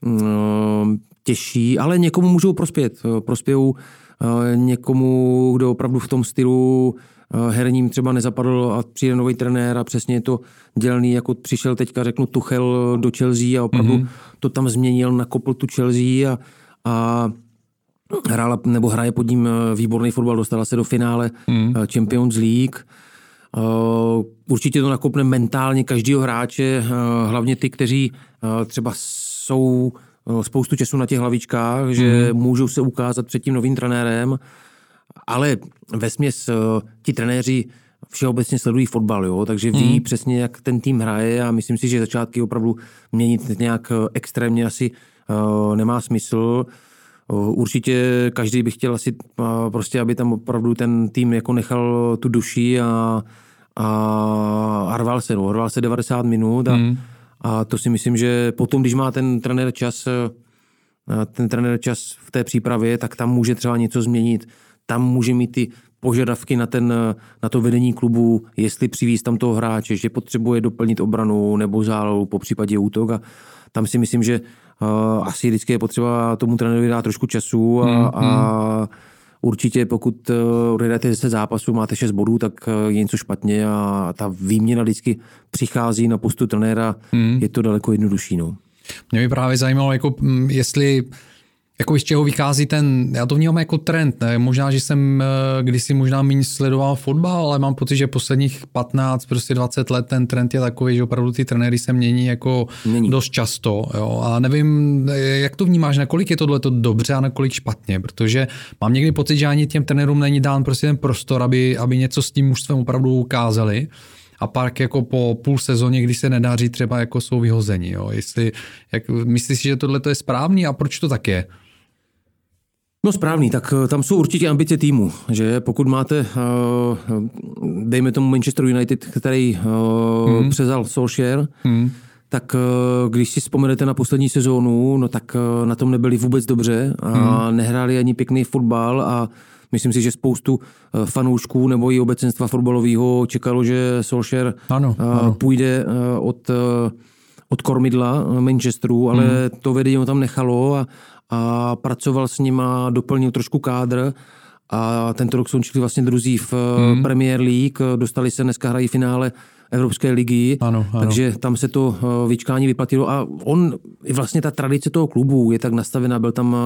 těžší, ale někomu můžou prospět. Prospějou někomu, kdo opravdu v tom stylu herním třeba nezapadl a přijde nový trenér a přesně je to dělaný, jako přišel teďka, řeknu, Tuchel do Chelsea a opravdu to tam změnil, nakopl tu Chelsea a hraje pod ním výborný fotbal, dostala se do finále Champions League. Určitě to nakopne mentálně každého hráče, hlavně ty, kteří třeba jsou spoustu času na těch hlavičkách, že můžou se ukázat před tím novým trenérem, ale vesměs ti trenéři všeobecně sledují fotbal, jo? Takže ví přesně, jak ten tým hraje a myslím si, že začátky opravdu měnit nějak extrémně asi nemá smysl. Určitě každý by chtěl asi prostě, aby tam opravdu ten tým jako nechal tu duši a rval se 90 minut a to si myslím, že potom, když má ten trenér čas v té přípravě, tak tam může třeba něco změnit. Tam může mít ty požadavky na to vedení klubu, jestli přivízt tam toho hráče, že potřebuje doplnit obranu nebo zálohu, po případě útok a tam si myslím, že asi vždycky je potřeba tomu trenérovi dát trošku času a určitě pokud odehrajete 10 zápasů, máte 6 bodů, tak je něco špatně a ta výměna vždycky přichází na postu trenéra, je to daleko jednodušší. No. Mě by právě zajímalo, jestli z čeho vychází já to vnímám jako trend, ne? Možná, že jsem kdysi možná méně sledoval fotbal, ale mám pocit, že posledních 15, 20 let ten trend je takový, že opravdu ty trenéry se mění dost často. Jo? A nevím, jak to vnímáš, nakolik je tohleto dobře a nakolik špatně, protože mám někdy pocit, že ani těm trenérům není dán prostě ten prostor, aby něco s tím mužstvem opravdu ukázali. A pak jako po půl sezóně, když se nedaří, třeba jako jsou vyhozeni. Jo? Myslíš si, že tohle je správný a proč to tak je? No správný, tak tam jsou určitě ambice týmu, že pokud máte, dejme tomu Manchester United, který přezal Solskjaer, tak když si vzpomenete na poslední sezónu, no tak na tom nebyli vůbec dobře a nehráli ani pěkný fotbal a myslím si, že spoustu fanoušků nebo i obecenstva fotbalového čekalo, že Solskjaer půjde od kormidla Manchesteru, ale to vedení ho tam nechalo a pracoval s ním a doplnil trošku kádr a tento rok skončili vlastně druzí v Premier League, dostali se, dneska hrají finále Evropské ligy, takže tam se to vyčkání vyplatilo a vlastně ta tradice toho klubu je tak nastavená, byl tam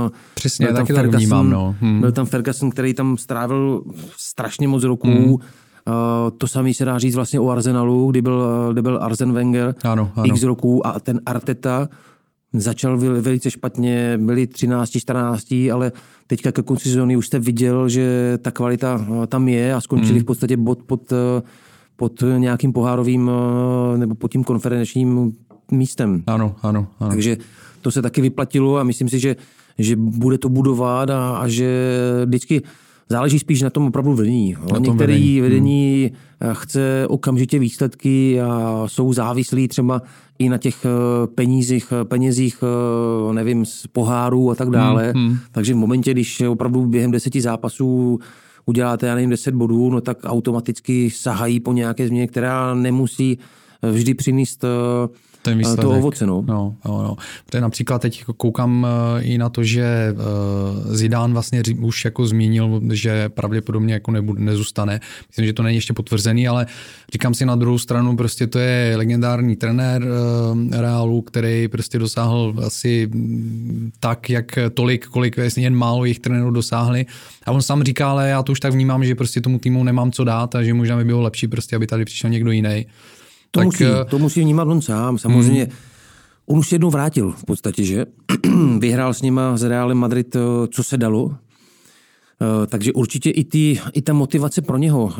Ferguson, který tam strávil strašně moc roků. To samé se dá říct vlastně o Arsenalu, kdy byl Arsene Wenger x roků a ten Arteta začal velice špatně, byli 13, 14, ale teďka ke konci sezóny už jste viděl, že ta kvalita tam je a skončili v podstatě bod pod nějakým pohárovým nebo pod tím konferenčním místem. Ano. Takže to se taky vyplatilo a myslím si, že bude to budovat a že vždycky záleží spíš na tom opravdu vedení. Některé vedení chce okamžitě výsledky a jsou závislí třeba i na těch penězích, nevím, z pohárů a tak dále. Takže v momentě, když opravdu během 10 zápasů uděláte, já nevím, 10 bodů, no tak automaticky sahají po nějaké změně, která nemusí vždy přinést to ovoce. No. Protože například teď koukám i na to, že Zidane vlastně už jako zmínil, že pravděpodobně jako nezůstane. Myslím, že to není ještě potvrzený, ale říkám si na druhou stranu, prostě to je legendární trenér Realu, který prostě dosáhl asi tak, jak kolik vlastně jen málo jejich trenérů dosáhli. A on sám říká, ale já to už tak vnímám, že prostě tomu týmu nemám co dát a že možná by bylo lepší prostě, aby tady přišel někdo jiný. To musí vnímat on sám. Samozřejmě on už jednou vrátil v podstatě, že? Vyhrál s nima s Realem Madrid, co se dalo. Takže určitě i ta motivace pro něho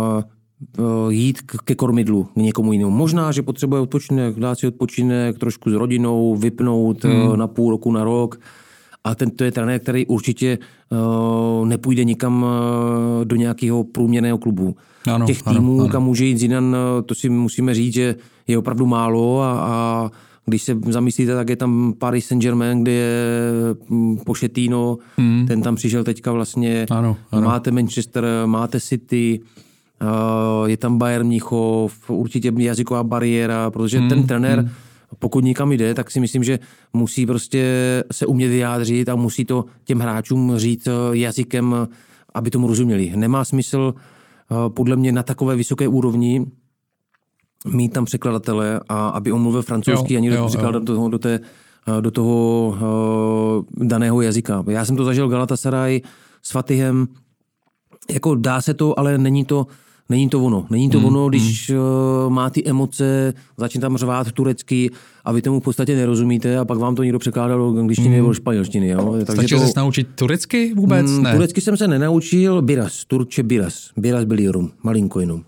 jít ke kormidlu k někomu jinému. Možná, že potřebuje odpočinek, dát si odpočinek trošku s rodinou, vypnout na půl roku, na rok. A to je trenér, který určitě nepůjde nikam do nějakého průměrného klubu. Těch týmů, kam může jít Zidane, to si musíme říct, že je opravdu málo a když se zamyslíte, tak je tam Paris Saint-Germain, kde je Pochettino, ten tam přišel teďka vlastně, ano. Máte Manchester, máte City, je tam Bayern Mnichov, určitě jazyková bariéra, protože ten trenér, pokud nikam jde, tak si myslím, že musí prostě se umět vyjádřit a musí to těm hráčům říct jazykem, aby tomu rozuměli. Nemá smysl podle mě na takové vysoké úrovni mít tam překladatele a aby on mluvil francouzsky a někdo překládat do toho daného jazyka. Já jsem to zažil Galatasaray s Fatihem. Jako dá se to, ale není to ono. Není to ono, když má ty emoce, začne tam řvát turecky a vy tomu v podstatě nerozumíte a pak vám to někdo překládá do angličtiny nebo španělštiny. Jo? Stačí se naučit turecky vůbec? Ne. Turecky jsem se nenaučil. Turče biras. Biras biliyorum. Malinko jenom.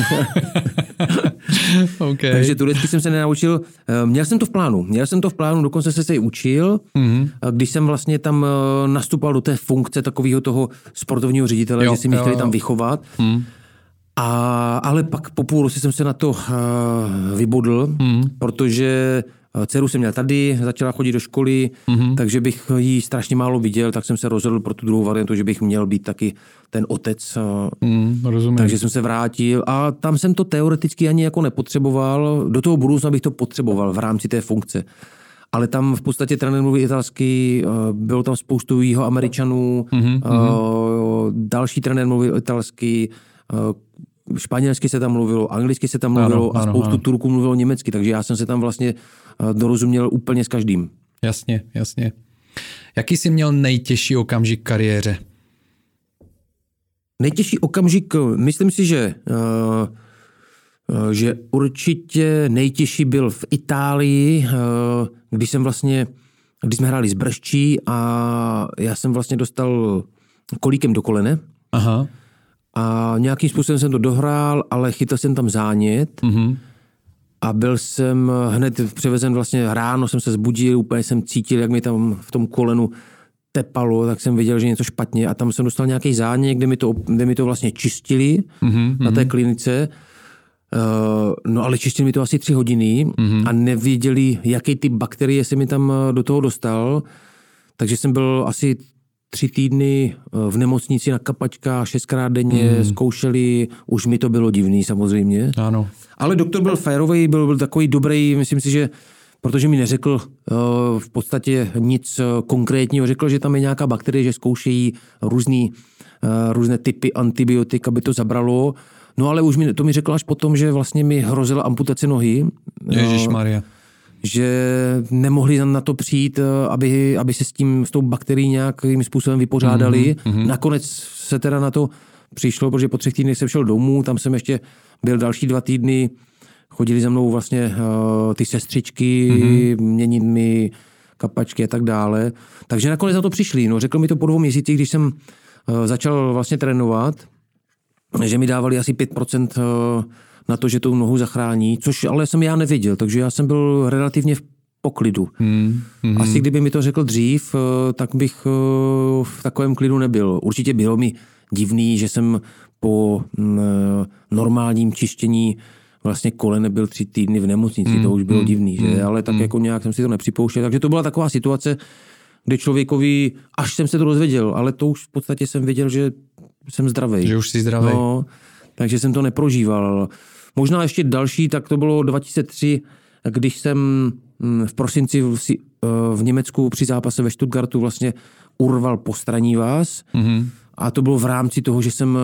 Okay. Takže turecky jsem se nenaučil. Měl jsem to v plánu, dokonce se i učil. Když jsem vlastně tam nastupoval do té funkce takového toho sportovního ředitele, že si mě chtěli tam vychovat. Ale pak po půl roce jsem se na to vybodl, protože dceru jsem měl tady, začala chodit do školy, takže bych jí strašně málo viděl, tak jsem se rozhodl pro tu druhou variantu, že bych měl být taky ten otec. Rozumím. Takže jsem se vrátil a tam jsem to teoreticky ani jako nepotřeboval, do toho budoucna bych to potřeboval v rámci té funkce. Ale tam v podstatě trenér mluví italsky, bylo tam spoustu Jihoameričanů, další trenér mluvil italsky, španělsky se tam mluvilo, anglicky se tam mluvilo a spoustu Turků mluvilo německy, takže já jsem se tam vlastně dorozuměl úplně s každým. Jasně. Jaký jsi měl nejtěžší okamžik v kariéře? Nejtěžší okamžik, myslím si, že určitě nejtěžší byl v Itálii, když jsme hráli s Brščí a já jsem vlastně dostal kolíkem do kolene. Aha. A nějakým způsobem jsem to dohrál, ale chytil jsem tam zánět a byl jsem hned převezen vlastně ráno, jsem se zbudil, úplně jsem cítil, jak mi tam v tom kolenu tepalo, tak jsem viděl, že je něco špatně a tam jsem dostal nějaký zánět, kde mi to vlastně čistili na té klinice. No ale čistili mi to asi 3 hodiny a nevěděli, jaký typ bakterie se mi tam do toho dostal, takže jsem byl asi 3 týdny v nemocnici na kapačkách, 6krát denně, zkoušeli, už mi to bylo divný samozřejmě. Ano. Ale doktor byl férovej, byl takový dobrý, myslím si, že protože mi neřekl v podstatě nic konkrétního, řekl, že tam je nějaká bakterie, že zkoušejí různé typy antibiotik, aby to zabralo. No ale už to mi řekl až potom, že vlastně mi hrozila amputace nohy. Ježišmarja. Že nemohli na to přijít, aby se s tou bakterií nějakým způsobem vypořádali. Nakonec se teda na to přišlo, protože po 3 týdnech jsem šel domů, tam jsem ještě byl další 2 týdny, chodili za mnou vlastně ty sestřičky, měnit mi kapačky a tak dále. Takže nakonec na to přišli. No, řekl mi to po 2 měsících, když jsem začal vlastně trénovat, že mi dávali asi 5% na to, že tu nohu zachrání, což ale jsem já nevěděl, takže já jsem byl relativně v poklidu. Asi kdyby mi to řekl dřív, tak bych v takovém klidu nebyl. Určitě bylo mi divný, že jsem po normálním čištění vlastně kolene byl 3 týdny v nemocnici, to už bylo divný, že? Ale tak jako nějak jsem si to nepřipouštěl. Takže to byla taková situace, kde člověkovi, až jsem se to dozvěděl, ale to už v podstatě jsem věděl, že jsem zdravý. Že už jsi zdravý. No, takže jsem to neprožíval. Možná ještě další, tak to bylo 2003, když jsem v prosinci v Německu při zápase ve Stuttgartu vlastně urval postraní vás. A to bylo v rámci toho, že jsem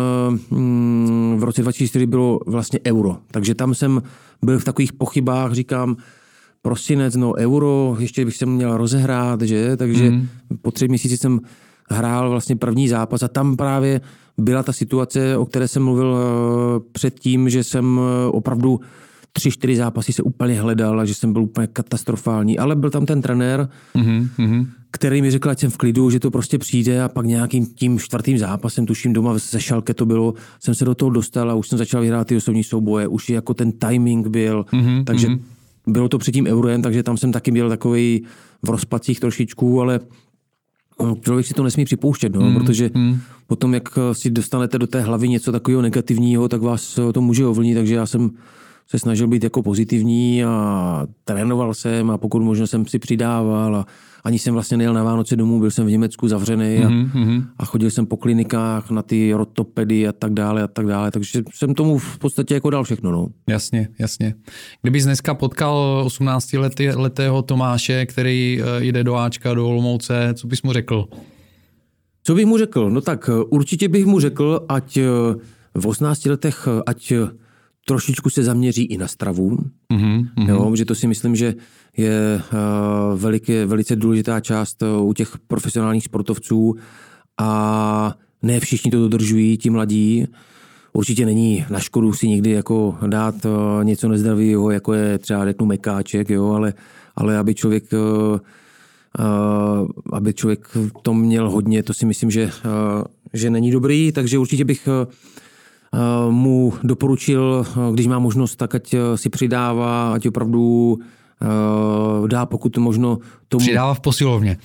v roce 2004 bylo vlastně euro. Takže tam jsem byl v takových pochybách, říkám, prosinec, no euro, ještě bych se měl rozehrát, že? Takže po 3 měsíci jsem hrál vlastně první zápas a tam právě byla ta situace, o které jsem mluvil předtím, že jsem opravdu 3-4 zápasy se úplně hledal a že jsem byl úplně katastrofální, ale byl tam ten trenér, který mi řekl, ať jsem v klidu, že to prostě přijde a pak nějakým tím 4. zápasem, tuším doma ze Schalke to bylo, jsem se do toho dostal a už jsem začal vyhrát ty osobní souboje, už jako ten timing byl, takže bylo to před tím eurem, takže tam jsem taky byl takovej v rozpacích trošičku, ale člověk si to nesmí připouštět, no, protože potom, jak si dostanete do té hlavy něco takového negativního, tak vás to může ovlnit, takže já jsem se snažil být jako pozitivní a trénoval jsem a pokud možno jsem si přidával a ani jsem vlastně nejel na Vánoce domů, byl jsem v Německu zavřený a chodil jsem po klinikách na ty ortopedy a tak dále, takže jsem tomu v podstatě jako dal všechno, no. Jasně. Kdybys dneska potkal 18letého Tomáše, který jde do Ačka, do Olomouce, co bys mu řekl? Co bych mu řekl? No tak určitě bych mu řekl, ať v 18 letech, ať trošičku se zaměří i na stravu, jo, že to si myslím, že je velice důležitá část u těch profesionálních sportovců a ne všichni to dodržují, ti mladí. Určitě není na škodu si někdy jako dát něco nezdravého, jako je třeba řeknu mekáček, jo, ale aby člověk to měl hodně, to si myslím, že není dobrý, takže určitě bych mu doporučil, když má možnost, tak ať si přidává, ať opravdu dá pokud možno tomu... Přidává v posilovně.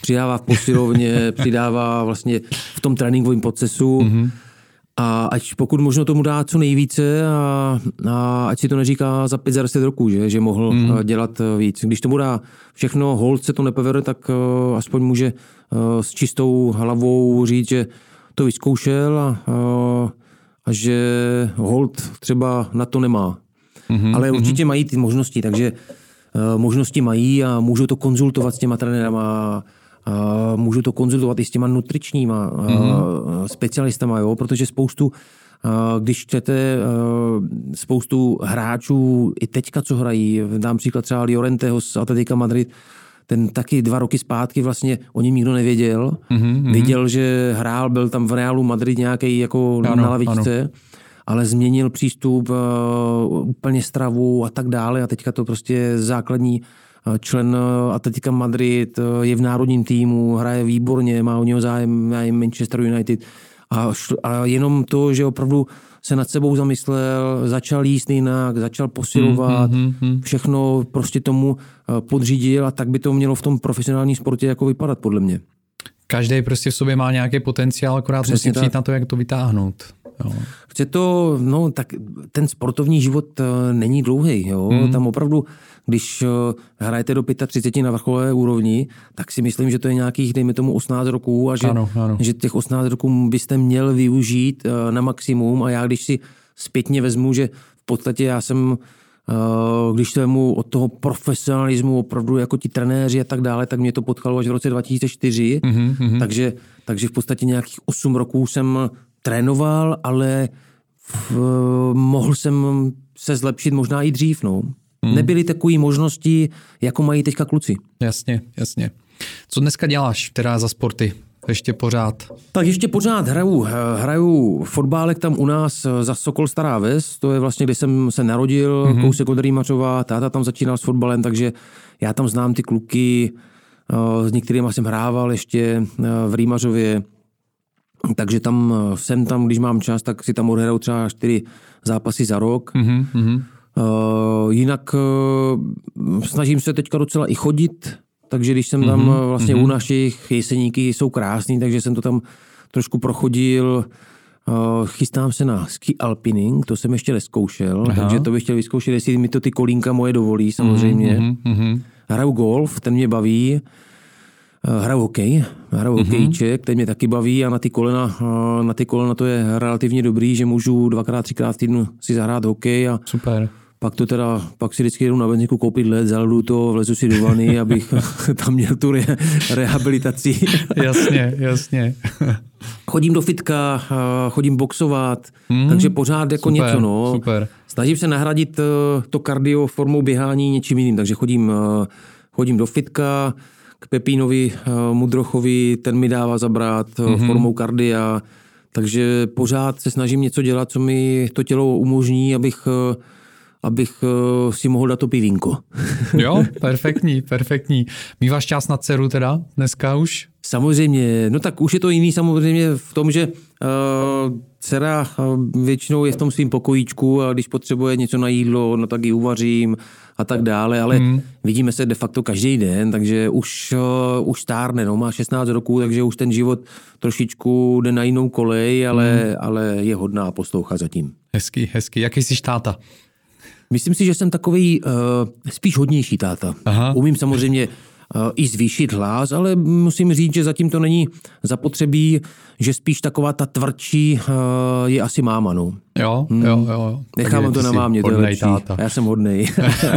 Přidává vlastně v tom tréninkovém procesu a ať pokud možno tomu dá co nejvíce a ať si to neříká za 5-10 roků, že mohl dělat víc. Když tomu dá všechno, holt se to nepovede, tak aspoň může s čistou hlavou říct, že to vyzkoušel a že holt třeba na to nemá. Ale určitě mají ty možnosti, takže možnosti mají a můžou to konzultovat s těma trenérama, můžou to konzultovat i s těma nutričníma specialistama, jo? Protože když čtete spoustu hráčů, i teďka, co hrají, dám příklad třeba Llorenteho z Atletica Madrid, ten taky 2 roky zpátky vlastně o něm nikdo nevěděl. Věděl, že hrál, byl tam v Realu Madrid nějaký jako na lavičce, ale změnil přístup, úplně stravu a tak dále a teďka to prostě základní člen Atletica Madrid, je v národním týmu, hraje výborně, má o něho zájem Manchester United a jenom to, že opravdu se nad sebou zamyslel, začal jíst jinak, začal posilovat, všechno prostě tomu podřídil a tak by to mělo v tom profesionálním sportě jako vypadat podle mě. Každý prostě v sobě má nějaký potenciál, akorát musí přijít na to, jak to vytáhnout. Jo. Chce to, no tak ten sportovní život není dlouhý, jo. Tam opravdu, když hrajete do 35 na vrcholové úrovni, tak si myslím, že to je nějakých, dejme tomu 18 roků a že těch 18 roků byste měl využít na maximum a já když si zpětně vezmu, že v podstatě já jsem, když se vemu od toho profesionalismu opravdu jako ti trenéři a tak dále, tak mě to potkalo až v roce 2004, takže v podstatě nějakých 8 roků jsem trénoval, ale mohl jsem se zlepšit možná i dřív. No. Nebyly takové možnosti, jako mají teďka kluci. Jasně. Co dneska děláš teda za sporty? Ještě pořád? Tak ještě pořád hraju fotbálek tam u nás za Sokol Stará Ves, to je vlastně, kde jsem se narodil, kousek od Rýmařova, táta tam začínal s fotbalem, takže já tam znám ty kluky, s některými jsem hrával ještě v Rýmařově. Takže tam jsem tam, když mám čas, tak si tam odhraju třeba 4 zápasy za rok. Jinak snažím se teďka docela i chodit, takže když jsem tam vlastně u našich, Jeseníky jsou krásný, takže jsem to tam trošku prochodil. Chystám se na ski alpining, to jsem ještě nezkoušel, takže to bych chtěl vyzkoušet, jestli mi to ty kolínka moje dovolí samozřejmě. Hraju golf, ten mě baví. Hraju hokejček, ten mě taky baví a na ty kolena to je relativně dobrý, že můžu 2x, 3x v týdnu si zahrát hokej a super. Pak si vždycky jedu na benzínku koupit led, zaledu to, vlezu si do vany, abych tam měl tu rehabilitaci. Jasně. Chodím do fitka, chodím boxovat, takže pořád jako super, něco, no. Super. Snažím se nahradit to kardio formou běhání něčím jiným, takže chodím do fitka, k Pepínovi Mudrochovi, ten mi dává zabrat formou kardia, takže pořád se snažím něco dělat, co mi to tělo umožní, abych si mohl dát to pivínko. Jo, perfektní. Míváš čas na dceru teda dneska už? Samozřejmě, no tak už je to jiný samozřejmě v tom, že dcera většinou je v tom svým pokojíčku a když potřebuje něco na jídlo, no tak ji uvařím a tak dále, ale vidíme se de facto každý den, takže už stárne, no, má 16 roků, takže už ten život trošičku jde na jinou kolej, ale je hodná poslouchat zatím. Hezky. Jaký jsi táta? Myslím si, že jsem takový spíš hodnější táta. Aha. Umím samozřejmě i zvýšit hlas, ale musím říct, že zatím to není zapotřebí, že spíš taková ta tvrdší je asi máma, no. Jo. Nechávám to na mámě, to je lepší. Táta. A já jsem hodnej.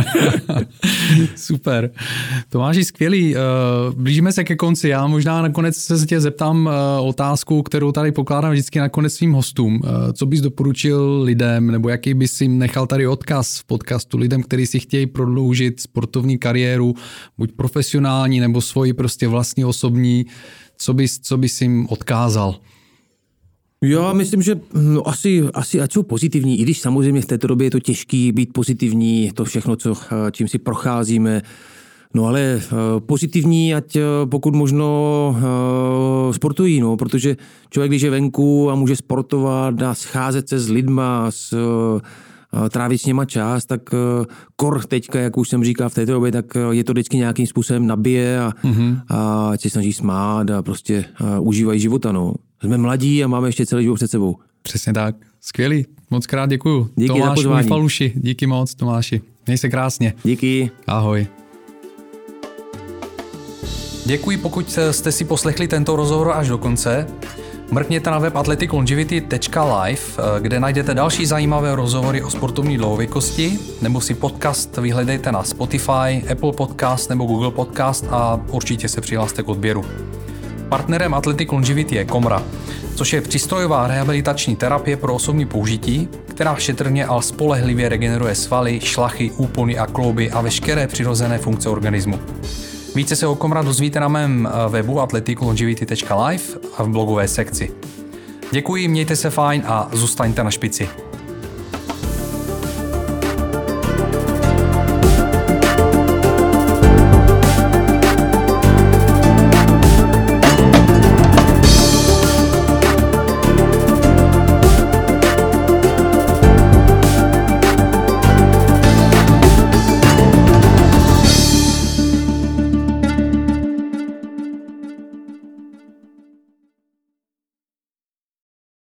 Super. Tomáši, skvělý. Blížíme se ke konci. Já možná nakonec se tě zeptám otázku, kterou tady pokládám vždycky nakonec svým hostům. Co bys doporučil lidem, nebo jaký bys jim nechal tady odkaz v podcastu lidem, kteří si chtějí prodloužit sportovní kariéru, buď profesionální, nebo svoji prostě vlastní osobní. Co bys jim odkázal? Já myslím, že asi ať jsou pozitivní, i když samozřejmě v této době je to těžký být pozitivní, to všechno, čím si procházíme. No ale pozitivní, ať pokud možno sportují, no, protože člověk, když je venku a může sportovat a scházet se s lidma, trávit s něma čas, tak kor teďka, jak už jsem říkal v této době, tak je to vždycky nějakým způsobem nabije a ať se snaží smát a prostě užívají života, no. Jsme mladí a máme ještě celý život před sebou. Přesně tak. Skvělý. Moc krát děkuju. Díky Tomáš za pozvání. Faluši. Díky moc, Tomáši. Měj se krásně. Díky. Ahoj. Děkuji, pokud jste si poslechli tento rozhovor až do konce. Mrkněte na web athleticlongevity.live, kde najdete další zajímavé rozhovory o sportovní dlouhověkosti, nebo si podcast vyhledejte na Spotify, Apple Podcast nebo Google Podcast a určitě se přihlaste k odběru. Partnerem Athletic Longevity je Komra, což je přístrojová rehabilitační terapie pro osobní použití, která šetrně a spolehlivě regeneruje svaly, šlachy, úpony a klouby a veškeré přirozené funkce organismu. Více se o Komra dozvíte na mém webu athleticlongevity.live a v blogové sekci. Děkuji, mějte se fajn a zůstaňte na špici.